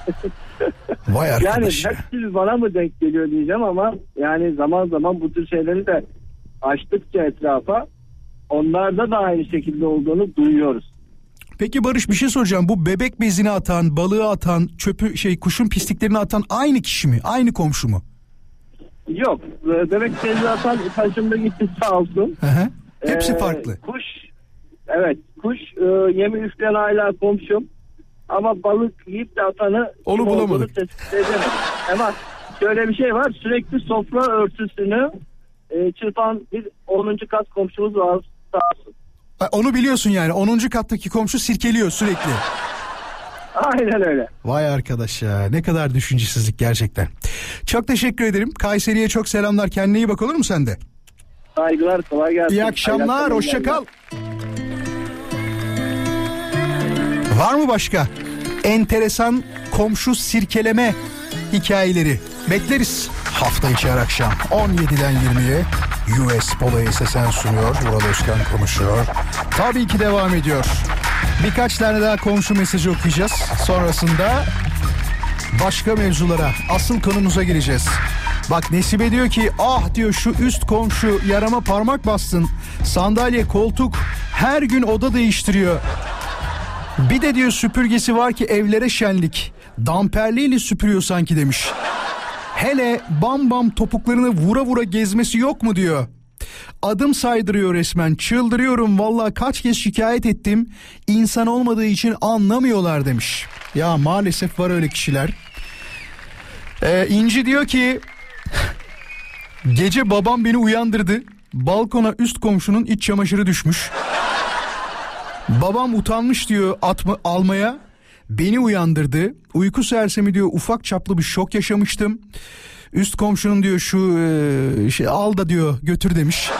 Vay Yani arkadaş ya. hepsi bana mı denk geliyor diyeceğim ama yani zaman zaman bu tür şeyleri de açtıkça etrafa onlarda da aynı şekilde olduğunu duyuyoruz. Peki Barış bir şey soracağım. Bu bebek bezini atan, balığı atan, çöpü şey kuşun pisliklerini atan aynı kişi mi? Aynı komşu mu? Yok. Bebek bezi atan taşındı gitti sağ olsun. Hı hı. Hepsi Ee, farklı. Kuş evet kuş e, yemi üfleyen hala komşum ama balık yiyip de atanı Onu kim olduğunu bulamadık. tespit edemedim. Ama şöyle bir şey var sürekli sofra örtüsünü e, çırpan bir onuncu kat komşumuz var sağ olsun. Ha, onu biliyorsun yani. onuncu kattaki komşu sirkeliyor sürekli. Aynen öyle. Vay arkadaş ya. Ne kadar düşüncesizlik gerçekten. Çok teşekkür ederim. Kayseri'ye çok selamlar. Kendine iyi bak, olur mu sen de? Saygılar, kolay gelsin. İyi akşamlar. Hoşça kal. Var mı başka enteresan komşu sirkeleme hikayeleri? Bekleriz. Hafta içi her akşam on yediden yirmiye U S Polo S S N sunuyor. Vural Özkan konuşuyor. Tabii ki devam ediyor. Birkaç tane daha komşu mesajı okuyacağız. Sonrasında başka mevzulara, asıl konumuza gireceğiz. Bak Nesibe diyor ki ah diyor şu üst komşu yarama parmak bastın. Sandalye, koltuk her gün oda değiştiriyor. Bir de diyor süpürgesi var ki evlere şenlik. Damperliyle süpürüyor sanki demiş. Hele bam bam topuklarını vura vura gezmesi yok mu diyor. Adım saydırıyor resmen, çıldırıyorum vallahi, kaç kez şikayet ettim. İnsan olmadığı için anlamıyorlar demiş. Ya maalesef var öyle kişiler. Ee, İnci diyor ki gece babam beni uyandırdı. Balkona üst komşunun iç çamaşırı düşmüş. Babam utanmış diyor atma, almaya. Beni uyandırdı. Uyku sersemi diyor ufak çaplı bir şok yaşamıştım. Üst komşunun diyor şu e, şey al da diyor götür demiş.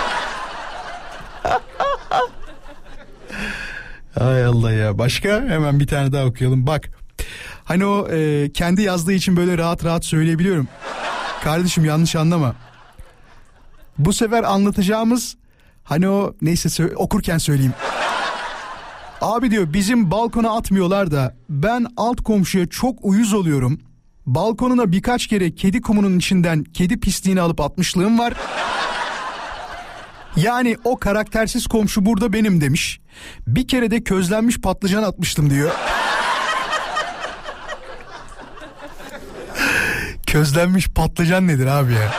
Ay Allah ya. Başka hemen bir tane daha okuyalım. Bak hani o e, kendi yazdığı için böyle rahat rahat söyleyebiliyorum. Kardeşim yanlış anlama. Bu sefer anlatacağımız hani o neyse sö- okurken söyleyeyim. Abi diyor bizim balkona atmıyorlar da ben alt komşuya çok uyuz oluyorum. Balkonuna birkaç kere kedi kumunun içinden kedi pisliğini alıp atmışlığım var. Yani o karaktersiz komşu burada benim demiş. Bir kere de közlenmiş patlıcan atmıştım diyor. Közlenmiş patlıcan nedir abi ya?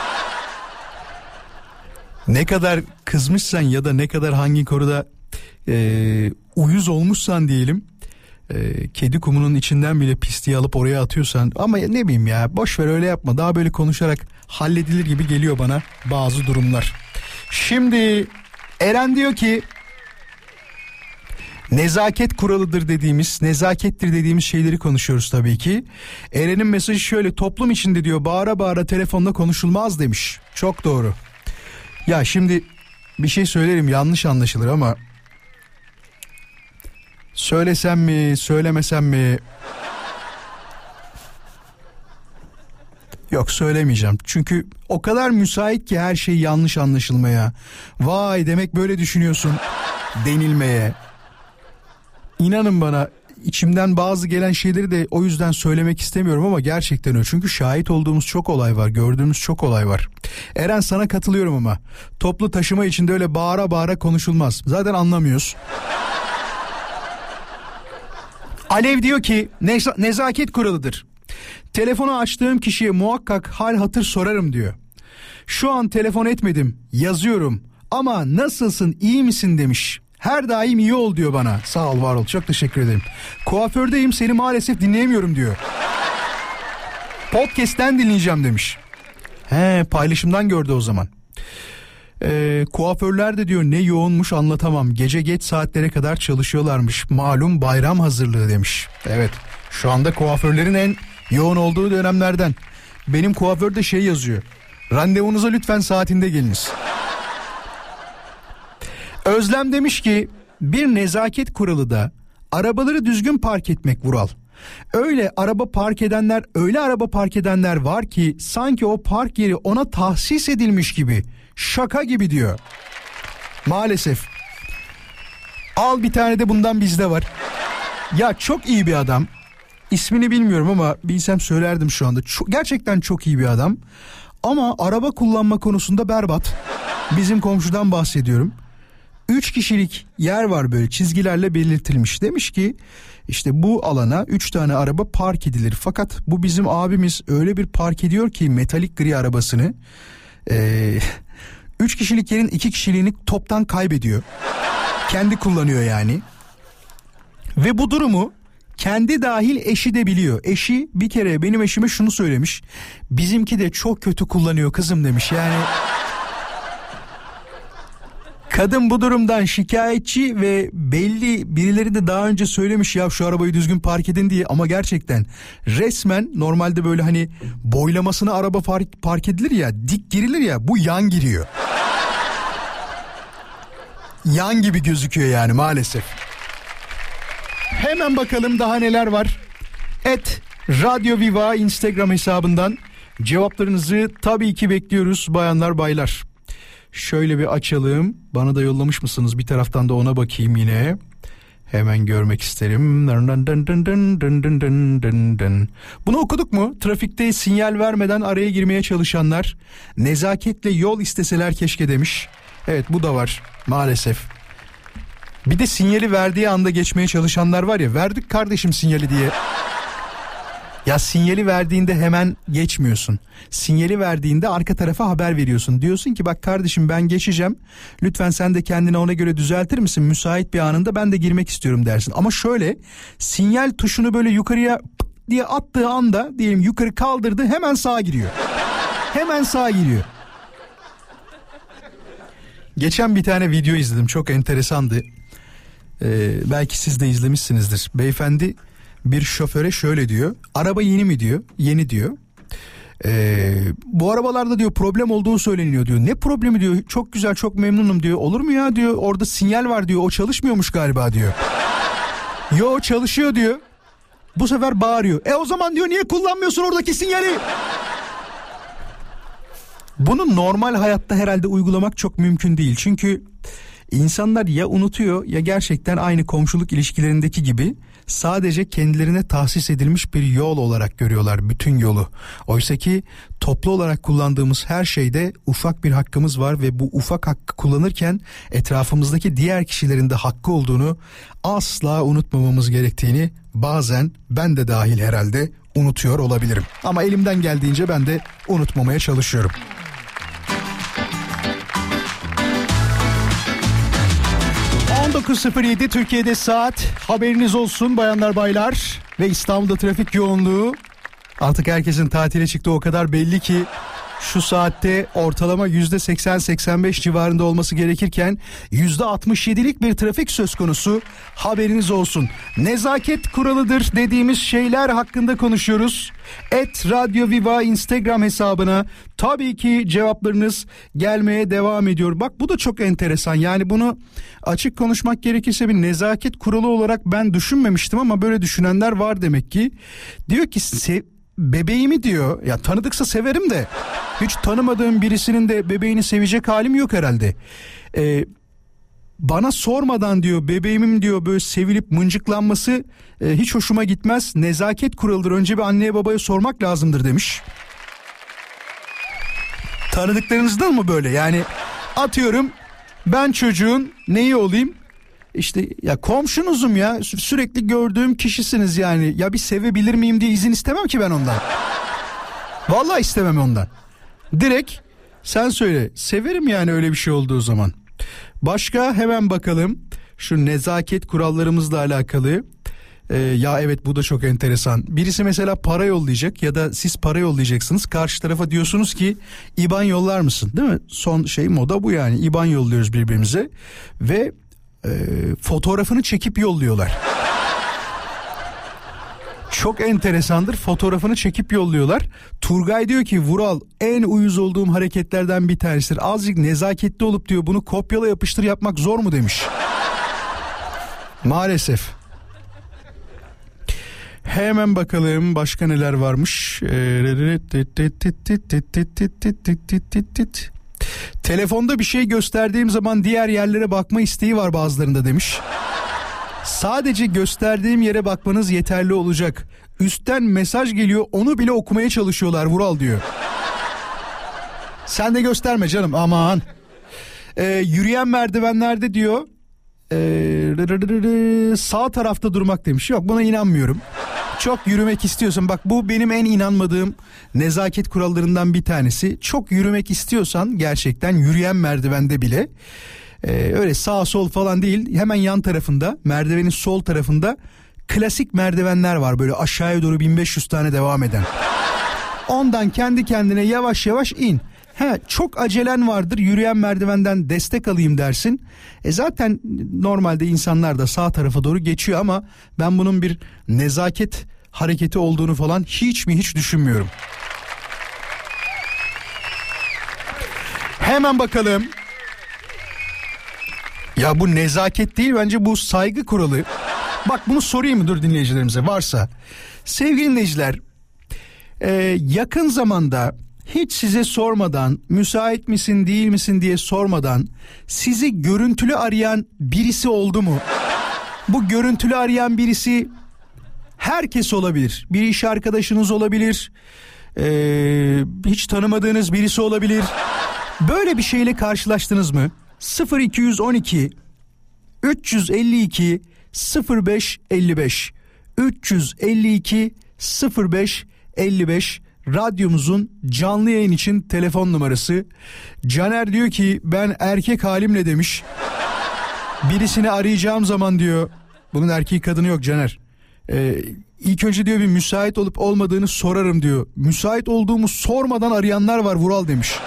Ne kadar kızmışsan ya da ne kadar hangi konuda e, uyuz olmuşsan diyelim, e, kedi kumunun içinden bile pisliği alıp oraya atıyorsan, ama ne bileyim ya, boş ver öyle yapma, daha böyle konuşarak halledilir gibi geliyor bana bazı durumlar. Şimdi Eren diyor ki nezaket kuralıdır dediğimiz, nezakettir dediğimiz şeyleri konuşuyoruz tabii ki. Eren'in mesajı şöyle: toplum içinde diyor bağıra bağıra telefonla konuşulmaz demiş. Çok doğru. Ya şimdi bir şey söylerim, yanlış anlaşılır ama söylesem mi söylemesem mi? Yok, söylemeyeceğim. Çünkü o kadar müsait ki her şey yanlış anlaşılmaya. Vay, demek böyle düşünüyorsun denilmeye. İnanın bana, içimden bazı gelen şeyleri de o yüzden söylemek istemiyorum ama gerçekten öyle. Çünkü şahit olduğumuz çok olay var, gördüğümüz çok olay var. Eren, sana katılıyorum ama toplu taşıma içinde öyle bağıra bağıra konuşulmaz. Zaten anlamıyoruz. Alev diyor ki neza- nezaket kuralıdır. Telefonu açtığım kişiye muhakkak hal hatır sorarım diyor. Şu an telefon etmedim, yazıyorum ama nasılsın, iyi misin demiş. Her daim iyi ol diyor bana. Sağ ol, var ol, çok teşekkür ederim. Kuafördeyim, seni maalesef dinleyemiyorum diyor. Podcast'ten dinleyeceğim demiş. He, paylaşımdan gördü o zaman. Ee, kuaförler de diyor ne yoğunmuş anlatamam. Gece geç saatlere kadar çalışıyorlarmış. Malum bayram hazırlığı demiş. Evet, şu anda kuaförlerin en yoğun olduğu dönemlerden. Benim kuaförde şey yazıyor. Randevunuza lütfen saatinde geliniz. Özlem demiş ki bir nezaket kuralı da arabaları düzgün park etmek Vural. Öyle araba park edenler, öyle araba park edenler var ki sanki o park yeri ona tahsis edilmiş gibi. Şaka gibi diyor. Maalesef. Al bir tane de bundan bizde var. Ya çok iyi bir adam. İsmini bilmiyorum ama bilsem söylerdim şu anda. Çok, gerçekten çok iyi bir adam. Ama araba kullanma konusunda berbat. Bizim komşudan bahsediyorum. Üç kişilik yer var, böyle çizgilerle belirtilmiş. Demiş ki işte bu alana üç tane araba park edilir. Fakat bu bizim abimiz öyle bir park ediyor ki metalik gri arabasını. Ee, üç kişilik yerin iki kişiliğini toptan kaybediyor. Kendi kullanıyor yani. Ve bu durumu kendi dahil eşi de biliyor. Eşi bir kere benim eşime şunu söylemiş. Bizimki de çok kötü kullanıyor kızım demiş. Yani kadın bu durumdan şikayetçi ve belli birileri de daha önce söylemiş ya şu arabayı düzgün park edin diye. Ama gerçekten resmen normalde böyle hani boylamasına araba park, park edilir ya, dik girilir ya, bu yan giriyor. Yan gibi gözüküyor yani maalesef. Hemen bakalım daha neler var. Et Radyo Viva Instagram hesabından cevaplarınızı tabii ki bekliyoruz bayanlar baylar. Şöyle bir açalım. Bana da yollamış mısınız? Bir taraftan da ona bakayım yine. Hemen görmek isterim. Bunu okuduk mu? Trafikte sinyal vermeden araya girmeye çalışanlar nezaketle yol isteseler keşke demiş. Evet, bu da var maalesef. Bir de sinyali verdiği anda geçmeye çalışanlar var ya, verdik kardeşim sinyali diye. Ya sinyali verdiğinde hemen geçmiyorsun. Sinyali verdiğinde arka tarafa haber veriyorsun. Diyorsun ki bak kardeşim ben geçeceğim. Lütfen sen de kendini ona göre düzeltir misin? Müsait bir anında ben de girmek istiyorum dersin. Ama şöyle sinyal tuşunu böyle yukarıya diye attığı anda diyelim yukarı kaldırdı, hemen sağa giriyor. Hemen sağa giriyor. Geçen bir tane video izledim, çok enteresandı. Ee, belki siz de izlemişsinizdir. Beyefendi bir şoföre şöyle diyor. Araba yeni mi diyor? Yeni diyor. Ee, bu arabalarda diyor problem olduğu söyleniyor diyor. Ne problemi diyor? Çok güzel, çok memnunum diyor. Olur mu ya diyor. Orada sinyal var diyor. O çalışmıyormuş galiba diyor. Yo çalışıyor diyor. Bu sefer bağırıyor. E o zaman diyor niye kullanmıyorsun oradaki sinyali? Bunu normal hayatta herhalde uygulamak çok mümkün değil. Çünkü insanlar ya unutuyor ya gerçekten aynı komşuluk ilişkilerindeki gibi sadece kendilerine tahsis edilmiş bir yol olarak görüyorlar bütün yolu. Oysa ki toplu olarak kullandığımız her şeyde ufak bir hakkımız var ve bu ufak hakkı kullanırken etrafımızdaki diğer kişilerin de hakkı olduğunu asla unutmamamız gerektiğini bazen ben de dahil herhalde unutuyor olabilirim. Ama elimden geldiğince ben de unutmamaya çalışıyorum. on dokuz sıfır yedi Türkiye'de saat, haberiniz olsun bayanlar baylar. Ve İstanbul'da trafik yoğunluğu artık herkesin tatile çıktığı o kadar belli ki Şu saatte ortalama yüzde seksen seksen beş civarında olması gerekirken yüzde altmış yedilik bir trafik söz konusu. Haberiniz olsun. Nezaket kuralıdır dediğimiz şeyler hakkında konuşuyoruz. Et Radyo Viva Instagram hesabına tabii ki cevaplarınız gelmeye devam ediyor. Bak bu da çok enteresan. Yani bunu açık konuşmak gerekirse bir nezaket kuralı olarak ben düşünmemiştim ama böyle düşünenler var demek ki. Diyor ki se- bebeğimi diyor, ya tanıdıksa severim de hiç tanımadığım birisinin de bebeğini sevecek halim yok herhalde. Ee, bana sormadan diyor bebeğimin diyor böyle sevilip mıncıklanması e, hiç hoşuma gitmez. Nezaket kuralıdır. Önce bir anneye babaya sormak lazımdır demiş. Tanıdıklarınızdan mı böyle? Yani atıyorum ben çocuğun neyi olayım? İşte ya komşunuzum ya, Sü- sürekli gördüğüm kişisiniz yani. Ya bir sevebilir miyim diye izin istemem ki ben ondan. Vallahi istemem ondan. Direkt sen söyle, severim yani öyle bir şey olduğu zaman. Başka hemen bakalım şu nezaket kurallarımızla alakalı. Ee, ya evet bu da çok enteresan. Birisi mesela para yollayacak ya da siz para yollayacaksınız. Karşı tarafa diyorsunuz ki İban yollar mısın, değil mi? Son şey moda bu yani. İban yolluyoruz birbirimize ve e, fotoğrafını çekip yolluyorlar. Çok enteresandır, fotoğrafını çekip yolluyorlar. Turgay diyor ki Vural en uyuz olduğum hareketlerden bir tanesidir. Azıcık nezaketli olup diyor bunu kopyala yapıştır yapmak zor mu demiş. Maalesef. Hemen bakalım başka neler varmış. Telefonda bir şey gösterdiğim zaman diğer yerlere bakma isteği var bazılarında demiş. Sadece gösterdiğim yere bakmanız yeterli olacak. Üstten mesaj geliyor, onu bile okumaya çalışıyorlar Vural diyor. Sen de gösterme canım aman. Ee, yürüyen merdivenlerde diyor ee, sağ tarafta durmak demiş. Yok buna inanmıyorum. Çok yürümek istiyorsan, bak bu benim en inanmadığım nezaket kurallarından bir tanesi. Çok yürümek istiyorsan gerçekten yürüyen merdivende bile Ee, öyle sağ sol falan değil, hemen yan tarafında, merdivenin sol tarafında klasik merdivenler var böyle aşağıya doğru bin beş yüz tane devam eden. Ondan kendi kendine yavaş yavaş in. He, çok acelen vardır, yürüyen merdivenden destek alayım dersin. E zaten normalde insanlar da sağ tarafa doğru geçiyor ama ben bunun bir nezaket hareketi olduğunu falan hiç mi hiç düşünmüyorum. Hemen bakalım. Ya bu nezaket değil, bence bu saygı kuralı. Bak bunu sorayım mı dur dinleyicilerimize varsa. Sevgili dinleyiciler, e, yakın zamanda hiç size sormadan, müsait misin değil misin diye sormadan sizi görüntülü arayan birisi oldu mu? Bu görüntülü arayan birisi herkes olabilir. Bir iş arkadaşınız olabilir. E, hiç tanımadığınız birisi olabilir. Böyle bir şeyle karşılaştınız mı? sıfır iki on iki üç yüz elli iki sıfır beş elli beş üç yüz elli iki sıfır beş elli beş radyomuzun canlı yayın için telefon numarası. Caner diyor ki ben erkek halimle demiş. Birisini arayacağım zaman diyor, bunun erkeği kadını yok Caner. Ee, ilk önce diyor bir müsait olup olmadığını sorarım diyor. Müsait olduğumu sormadan arayanlar var Vural demiş.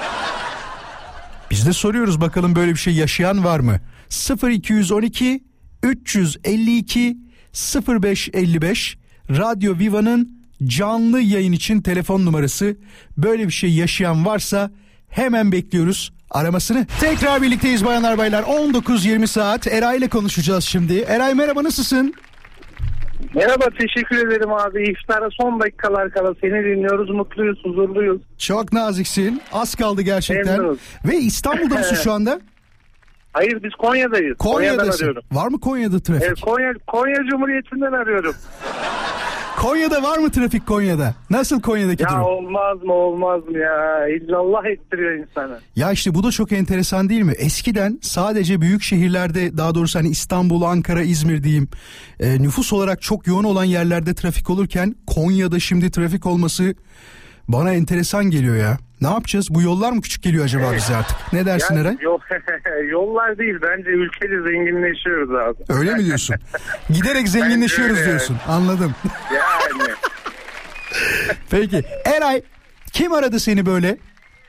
Biz de soruyoruz bakalım böyle bir şey yaşayan var mı? sıfır iki on iki üç yüz elli iki sıfır beş elli beş Radyo Viva'nın canlı yayın için telefon numarası. Böyle bir şey yaşayan varsa hemen bekliyoruz aramasını. Tekrar birlikteyiz bayanlar baylar. on dokuz yirmi saat Eray ile konuşacağız şimdi. Eray merhaba, nasılsın? Merhaba, teşekkür ederim abi. İftara son dakikalar kala seni dinliyoruz. Mutluyuz, huzurluyuz. Çok naziksin. Az kaldı gerçekten. Memnunuz. Ve İstanbul'da mısın şu anda? Hayır, biz Konya'dayız. Konya'dasın. Konya'dan arıyorum. Var mı Konya'da trafik? Evet, Konya, Konya Cumhuriyeti'nden arıyorum. Konya'da var mı trafik Konya'da? Nasıl Konya'daki ya durum? olmaz mı olmaz mı ya? İllallah ettiriyor insanı. Ya işte bu da çok enteresan değil mi? Eskiden sadece büyük şehirlerde, daha doğrusu hani İstanbul, Ankara, İzmir diyeyim, e, nüfus olarak çok yoğun olan yerlerde trafik olurken Konya'da şimdi trafik olması bana enteresan geliyor ya. Ne yapacağız? Bu yollar mı küçük geliyor acaba bize artık? Ne dersin Ya, Eray? Yol, yollar değil, bence ülkede zenginleşiyoruz abi. Öyle mi diyorsun? Giderek zenginleşiyoruz öyle diyorsun. Anladım. Yani. Peki Eray, kim aradı seni böyle?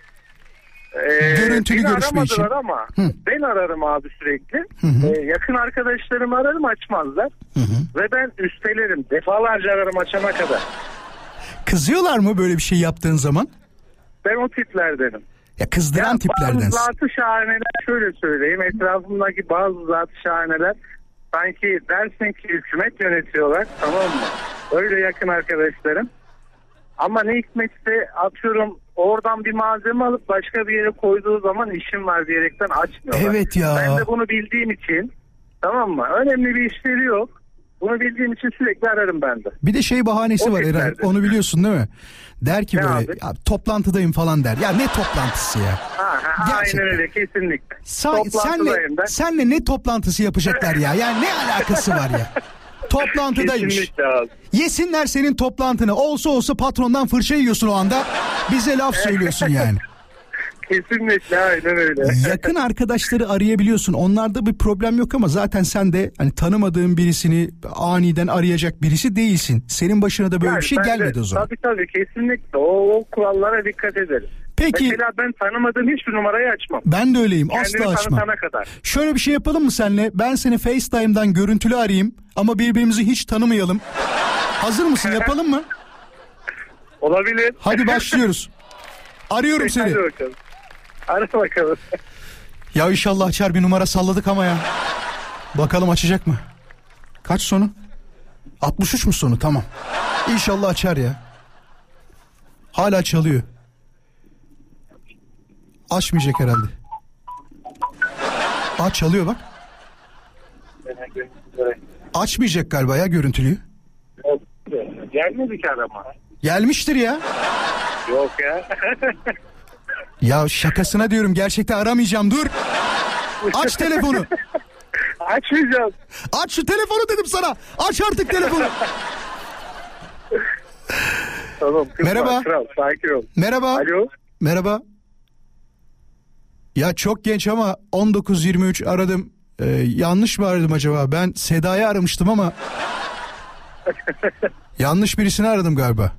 Ee, Görüntülü beni görüşme için. aramadılar ama Hı. ben ararım abi sürekli. Hı hı. Ee, yakın arkadaşlarımı ararım, açmazlar. Hı hı. Ve ben üstelerim. Defalarca ararım açana kadar. Kızıyorlar mı böyle bir şey yaptığın zaman? Ben o tiplerdenim. Ya kızdıran Ya tiplerdensin. bazı zat-ı şahaneler, şöyle söyleyeyim, etrafımdaki bazı zat-ı şahaneler sanki dersin ki hükümet yönetiyorlar, tamam mı? Öyle yakın arkadaşlarım. Ama ne hikmetse atıyorum oradan bir malzeme alıp başka bir yere koyduğu zaman işim var diyerekten açmıyorlar. Evet ya. Ben de bunu bildiğim için, tamam mı? Önemli bir işleri yok. Bunu bildiğim için sürekli ararım ben de. Bir de şey bahanesi O var Eray. tiplerde. Onu biliyorsun değil mi? Der ki Ne böyle abi? ya, toplantıdayım falan der. Ya ne toplantısı ya? Ha, ha, Gerçekten. aynen öyle, kesinlikle. Sa- senle, Toplantıdayım ben. senle ne toplantısı yapacaklar ya? Yani ne alakası var ya? Toplantıdaymış. Kesinlikle abi. Yesinler senin toplantını. Olsa olsa patrondan fırça yiyorsun o anda. Bize laf söylüyorsun yani. Kesinlikle aynen öyle. Yakın arkadaşları arayabiliyorsun. Onlarda bir problem yok ama zaten sen de hani tanımadığın birisini aniden arayacak birisi değilsin. Senin başına da böyle Yani bir şey ben de- gelmedi o zaman. Tabii tabii, kesinlikle. O, o kurallara dikkat ederim. Peki. Mesela ben tanımadığım hiçbir numarayı açmam. Ben de öyleyim. Kendimi Asla açmam. tanıtana kadar. Şöyle bir şey yapalım mı senle? Ben seni FaceTime'dan görüntülü arayayım ama birbirimizi hiç tanımayalım. Hazır mısın? Yapalım mı? Olabilir. Hadi başlıyoruz. Arıyorum Peki, seni. hadi bakalım. Ara bakalım. Ya inşallah açar, bir numara salladık ama ya. Bakalım açacak mı? Kaç sonu? altmış üç mü sonu? Tamam. İnşallah açar ya. Hala çalıyor. Açmayacak herhalde. Aa, çalıyor bak. Açmayacak galiba ya görüntülüyü. Gelmedi ki arama. Gelmiştir ya. Yok ya. Ya şakasına diyorum, gerçekten aramayacağım, dur. Aç telefonu. Açmayacağım. Aç şu telefonu dedim sana. Aç artık telefonu. Tamam. kızma, Merhaba. Kral, sakin ol. Merhaba. Alo. Merhaba. Ya çok genç ama on dokuz yirmi üç aradım. Ee, yanlış mı aradım acaba? Ben Seda'yı aramıştım ama yanlış birisini aradım galiba.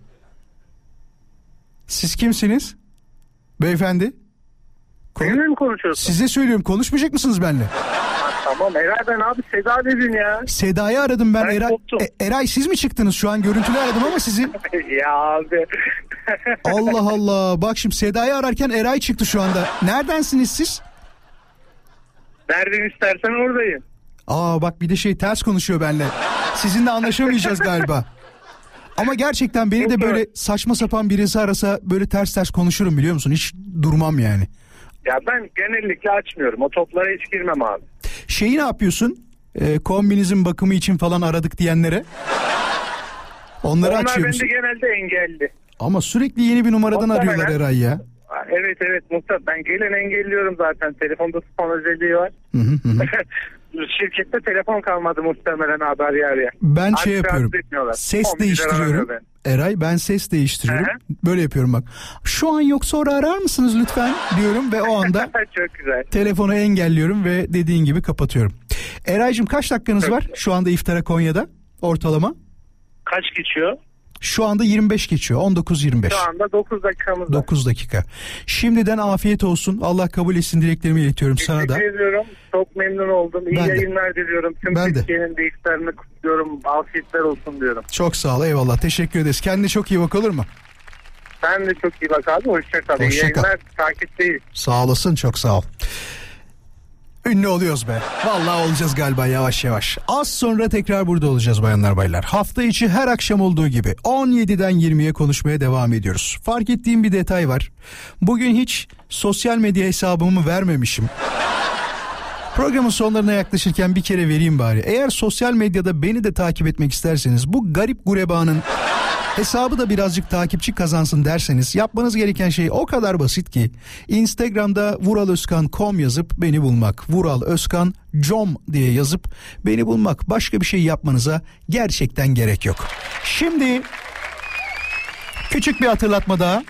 Siz kimsiniz? Beyefendi. Benimle mi konuşuyorsun? Size söylüyorum, konuşmayacak mısınız benimle? Ha, tamam Eray, ben abi Seda dedin ya. Seda'yı aradım ben. Ben Eray, koptum. E- Eray siz mi çıktınız? Şu an görüntülü aradım ama sizi. Ya abi. Allah Allah. Bak şimdi Seda'yı ararken Eray çıktı şu anda. Neredensiniz siz? Nereden istersen oradayım. Aa bak, bir de şey ters konuşuyor benimle. Sizinle anlaşamayacağız galiba. Ama gerçekten beni de böyle saçma sapan birisi arasa böyle ters ters konuşurum, biliyor musun? Hiç durmam yani. Ya ben genellikle açmıyorum. O toplara hiç girmem abi. Şeyi ne yapıyorsun? Ee, kombinizin bakımı için falan aradık diyenlere. Onları Onlar açıyor musun? bende genelde engelli. Ama sürekli yeni bir numaradan Muhtemelen. arıyorlar Eray ya. Ha, Evet evet muhtemelen. Ben gelen engelliyorum zaten. Telefonda spam özelliği var. Hı hı hı. Şirkette telefon kalmadı muhtemelen abi, araya araya. Ben Artık şey yapıyorum. rahatsız etmiyorlar. Ses on bir lira değiştiriyorum. arıyor beni. Eray ben ses değiştiriyorum. Hı Böyle yapıyorum bak. Şu an yok, sonra arar mısınız lütfen diyorum ve o anda Çok güzel. telefonu engelliyorum ve dediğin gibi kapatıyorum. Eray'cığım kaç dakikanız Çok var güzel. şu anda iftara Konya'da ortalama? Kaç geçiyor? Şu anda yirmi beş geçiyor. on dokuz yirmi beş. Şu anda dokuz dakikamız var. dokuz dakika. Şimdiden afiyet olsun. Allah kabul etsin dileklerimi iletiyorum sana da. Teşekkür ediyorum. Çok memnun oldum. İyi Ben de. yayınlar diliyorum. Tüm Ben de. Türkiye'nin de iftarını kutluyorum. Afiyetler olsun diyorum. Çok sağ ol, eyvallah, teşekkür ederiz. Kendine çok iyi bak, olur mu? Sen de çok iyi bak abi. Hoşça kal. İyi Hoşça kal. yayınlar. Takipteyiz. Sağ olasın, çok sağ ol. Ünlü oluyoruz be. Vallahi olacağız galiba yavaş yavaş. Az sonra tekrar burada olacağız bayanlar baylar. Hafta içi her akşam olduğu gibi on yediden yirmiye konuşmaya devam ediyoruz. Fark ettiğim bir detay var. Bugün hiç sosyal medya hesabımı vermemişim. Programın sonlarına yaklaşırken bir kere vereyim bari. Eğer sosyal medyada beni de takip etmek isterseniz, bu garip gurebanın hesabı da birazcık takipçi kazansın derseniz, yapmanız gereken şey o kadar basit ki Instagram'da vuralözkan nokta com yazıp beni bulmak, vuralözkan nokta com diye yazıp beni bulmak. Başka bir şey yapmanıza gerçekten gerek yok. Şimdi küçük bir hatırlatma daha.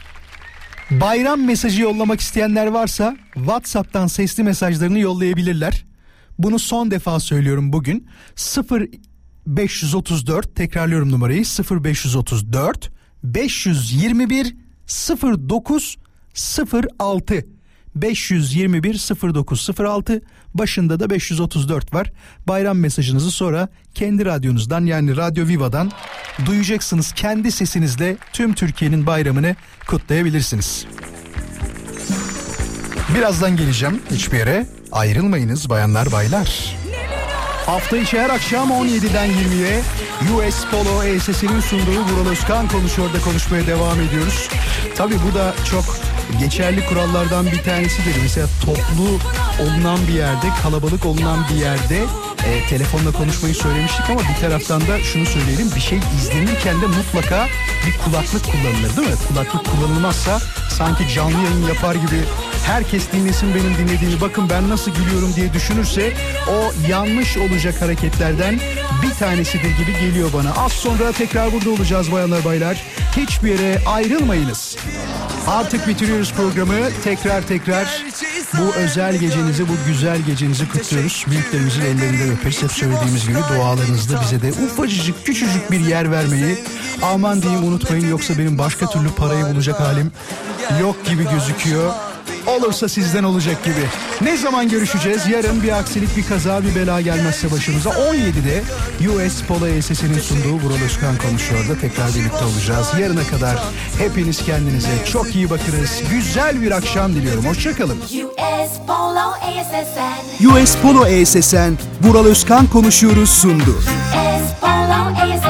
Bayram mesajı yollamak isteyenler varsa WhatsApp'tan sesli mesajlarını yollayabilirler. Bunu son defa söylüyorum bugün. sıfır beş otuz dört, tekrarlıyorum numarayı, sıfır beş otuz dört beş yüz yirmi bir sıfır dokuz sıfır altı. beş yirmi bir sıfır dokuz sıfır altı, başında da beş yüz otuz dört var. Bayram mesajınızı sonra kendi radyonuzdan, yani Radyo Viva'dan duyacaksınız. Kendi sesinizle tüm Türkiye'nin bayramını kutlayabilirsiniz. Birazdan geleceğim, hiçbir yere ayrılmayınız bayanlar baylar. Hafta içi her akşam on yediden yirmiye U S Polo E S S'nin sunduğu Vural Özkan Konuşuyor'da konuşmaya devam ediyoruz. Tabii bu da çok geçerli kurallardan bir tanesidir. Mesela toplu olunan bir yerde, kalabalık olunan bir yerde e, telefonla konuşmayı söylemiştik ama bir taraftan da şunu söyleyelim, bir şey izlenirken de mutlaka bir kulaklık kullanılır, değil mi? Kulaklık kullanılmazsa sanki canlı yayın yapar gibi herkes dinlesin benim dinlediğimi, bakın ben nasıl gülüyorum diye düşünürse o yanlış olacak hareketlerden bir tanesidir gibi geliyor bana. Az sonra tekrar burada olacağız bayanlar baylar. Hiçbir yere ayrılmayınız. Artık bitiriyoruz programı. Tekrar tekrar bu özel gecenizi, bu güzel gecenizi kutluyoruz. Büyüklerimizin ellerinden öperiz. Hep söylediğimiz gibi dualarınızda bize de ufacıcık, küçücük bir yer vermeyi aman diyeyim unutmayın. Yoksa benim başka türlü parayı bulacak halim yok gibi gözüküyor. Olursa sizden olacak gibi. Ne zaman görüşeceğiz? Yarın bir aksilik, bir kaza, bir bela gelmezse başımıza on yedide U S Polo E S S'nin sunduğu Vural Özkan Konuşuyor'da tekrar birlikte olacağız. Yarına kadar hepiniz kendinize çok iyi bakınız. Güzel bir akşam diliyorum. Hoşçakalın. U S Polo E S S N. U S Polo E S S N Vural Özkan Konuşuyor'u sundu. U S Polo E S S N.